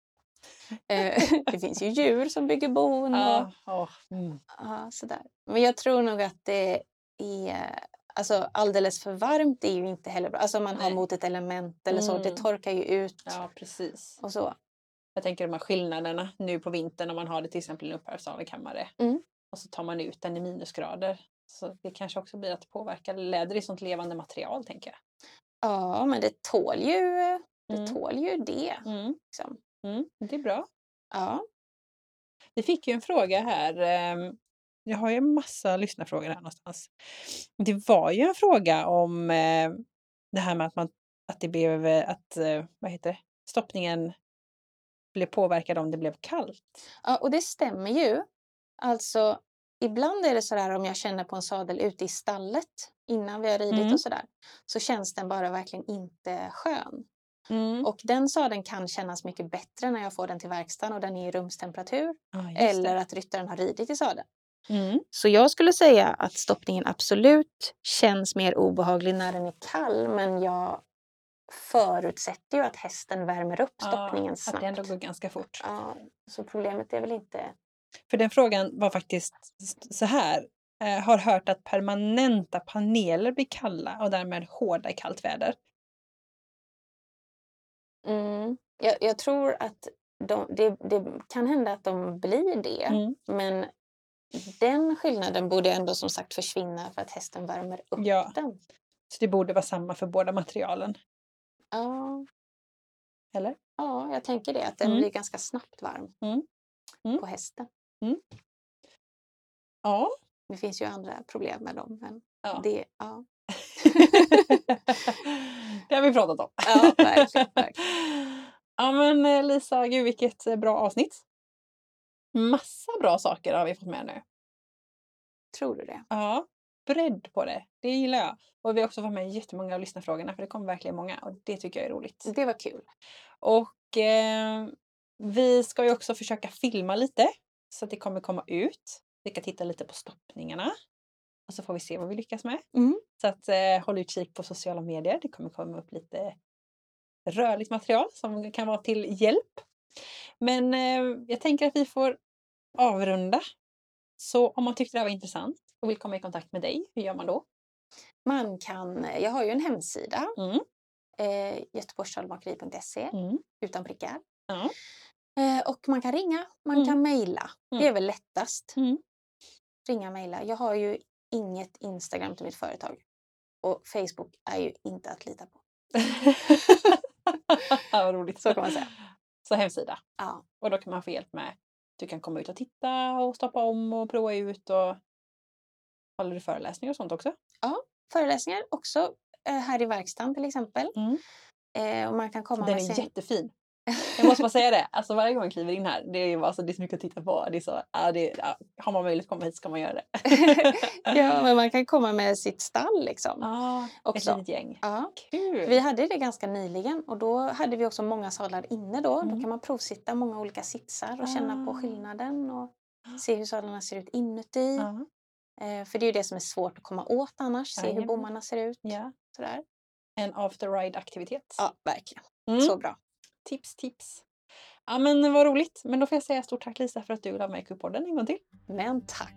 Eh, det finns ju djur som bygger bon. Och, Ja. Oh. Mm. ja, sådär. Men jag tror nog att det är... Alltså alldeles för varmt är ju inte heller bra. Alltså om man Nej. har mot ett element eller så. Mm. Det torkar ju ut. Ja, precis. Och så. Jag tänker de här skillnaderna nu på vintern om man har det till exempel i en uppvärmningskammare. Mm. Och så tar man ut den i minusgrader. Så det kanske också blir att påverka. Läder är sånt levande material tänker jag. Ja, men det tål ju det. Mm. Tål ju det Mm. liksom. Mm. Det är bra. Ja. Vi fick ju en fråga här. ehm, Jag har ju en massa lyssnarfrågor här någonstans. Det var ju en fråga om eh, det här med att, man, att det blev, eh, att, eh, vad heter det, stoppningen blev påverkad om det blev kallt. Ja, och det stämmer ju. Alltså, ibland är det så där om jag känner på en sadel ute i stallet innan vi har ridit Mm. och sådär. Så känns den bara verkligen inte skön. Mm. Och den sadeln kan kännas mycket bättre när jag får den till verkstaden och den är i rumstemperatur. Ja, just Eller det. att ryttaren har ridit i sadeln. Mm. Så jag skulle säga att stoppningen absolut känns mer obehaglig när den är kall. Men jag förutsätter ju att hästen värmer upp stoppningen Ja, att snabbt. det ändå går ganska fort. Ja, så problemet är väl inte... För den frågan var faktiskt så här. Eh, har hört att permanenta paneler blir kalla och därmed hårda i kallt väder. Mm. Jag, jag tror att de, det, det kan hända att de blir det. Mm. Men den skillnaden borde ändå som sagt försvinna för att hästen värmer upp Ja. den. Så det borde vara samma för båda materialen. Ja, Eller? ja, jag tänker det. Att den Mm. blir ganska snabbt varm Mm. Mm. på hästen. Ja. Det finns ju andra problem med dem. Men Ja. det, ja. Det har vi pratat om. Ja, verkligen, verkligen. Ja men eh, Lisa, gud vilket eh, bra avsnitt. Massa bra saker har vi fått med nu. Tror du det? Ja, bredd på det. Det gillar jag. Och vi har också fått med jättemånga av lyssnarfrågorna för det kommer verkligen många och det tycker jag är roligt. Det var kul. Och eh, vi ska ju också försöka filma lite så att det kommer komma ut. Vi kan titta lite på stoppningarna. Och så får vi se vad vi lyckas med. Mm. Så att eh, håll utkik på sociala medier. Det kommer komma upp lite rörligt material som kan vara till hjälp. Men eh, jag tänker att vi får avrunda. Så om man tyckte det här var intressant och vill komma i kontakt med dig, hur gör man då? Man kan, jag har ju en hemsida. Mm. Eh, göteborgssadmakeri punkt se Mm. utan prickar. Ja. Eh, och man kan ringa, man Mm. kan mejla. Mm. Det är väl lättast. Mm. Ringa, mejla. Jag har ju inget Instagram till mitt företag. Och Facebook är ju inte att lita på. Vad roligt. Så kan man säga. Så hemsida. Ja. Och då kan man få hjälp med. Du kan komma ut och titta och stoppa om och prova ut. Och håller du föreläsningar och sånt också? Ja, föreläsningar också. Eh, här i verkstaden till exempel. Mm. Eh, och man kan komma Den med är sin... jättefin. Jag måste bara säga det. Alltså varje gång jag kliver in här. Det är ju alltså, det är så mycket att titta på. Det är så, ja, det, ja, har man möjlighet att komma hit ska man göra det. Ja, men man kan komma med sitt stall liksom. Ja, också. ett litet gäng. Ja. Kul. Vi hade det ganska nyligen och då hade vi också många sadlar inne då. Mm. Då kan man provsitta många olika sitsar och Ah. känna på skillnaden och se hur sadlarna ser ut inuti. Ja. Eh, för det är ju det som är svårt att komma åt annars. Se hur Jajamän. bommarna ser ut. Ja. Sådär. En after ride aktivitet. Ja, verkligen. Mm. Så bra. Tips, tips. Ja men vad roligt. Men då får jag säga stort tack Lisa för att du vill ha med i Equipodden en gång till. Men tack.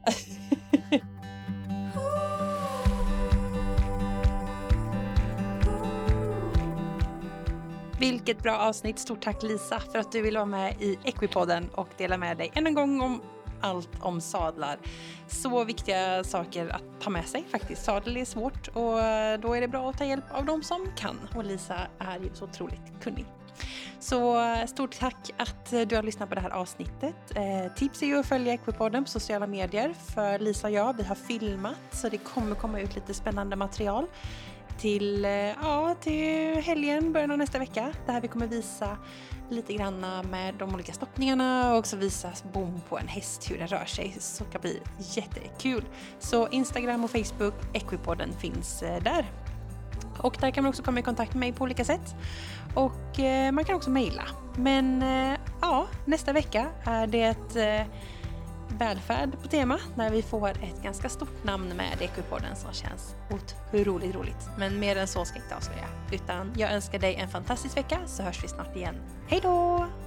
Vilket bra avsnitt. Stort tack Lisa för att du vill vara med i Equipodden och dela med dig än en gång om allt om sadlar. Så viktiga saker att ta med sig faktiskt. Sadel är svårt och då är det bra att ta hjälp av de som kan. Och Lisa är ju så otroligt kunnig. Så stort tack att du har lyssnat på det här avsnittet. Eh, tips är ju att följa Equipodden på sociala medier. För Lisa och jag, vi har filmat så det kommer komma ut lite spännande material till, eh, ja, till helgen, början av nästa vecka. Där vi kommer visa lite granna med de olika stoppningarna och också visa bom på en häst hur den rör sig. Så det kan bli jättekul. Så Instagram och Facebook, Equipodden finns eh, där. Och där kan man också komma i kontakt med mig på olika sätt. Och eh, man kan också mejla. Men eh, ja, nästa vecka är det eh, välfärd på tema. När vi får ett ganska stort namn med Equipodden som känns otroligt roligt. Men mer än så ska jag inte avslöja. Utan jag önskar dig en fantastisk vecka så hörs vi snart igen. Hej då!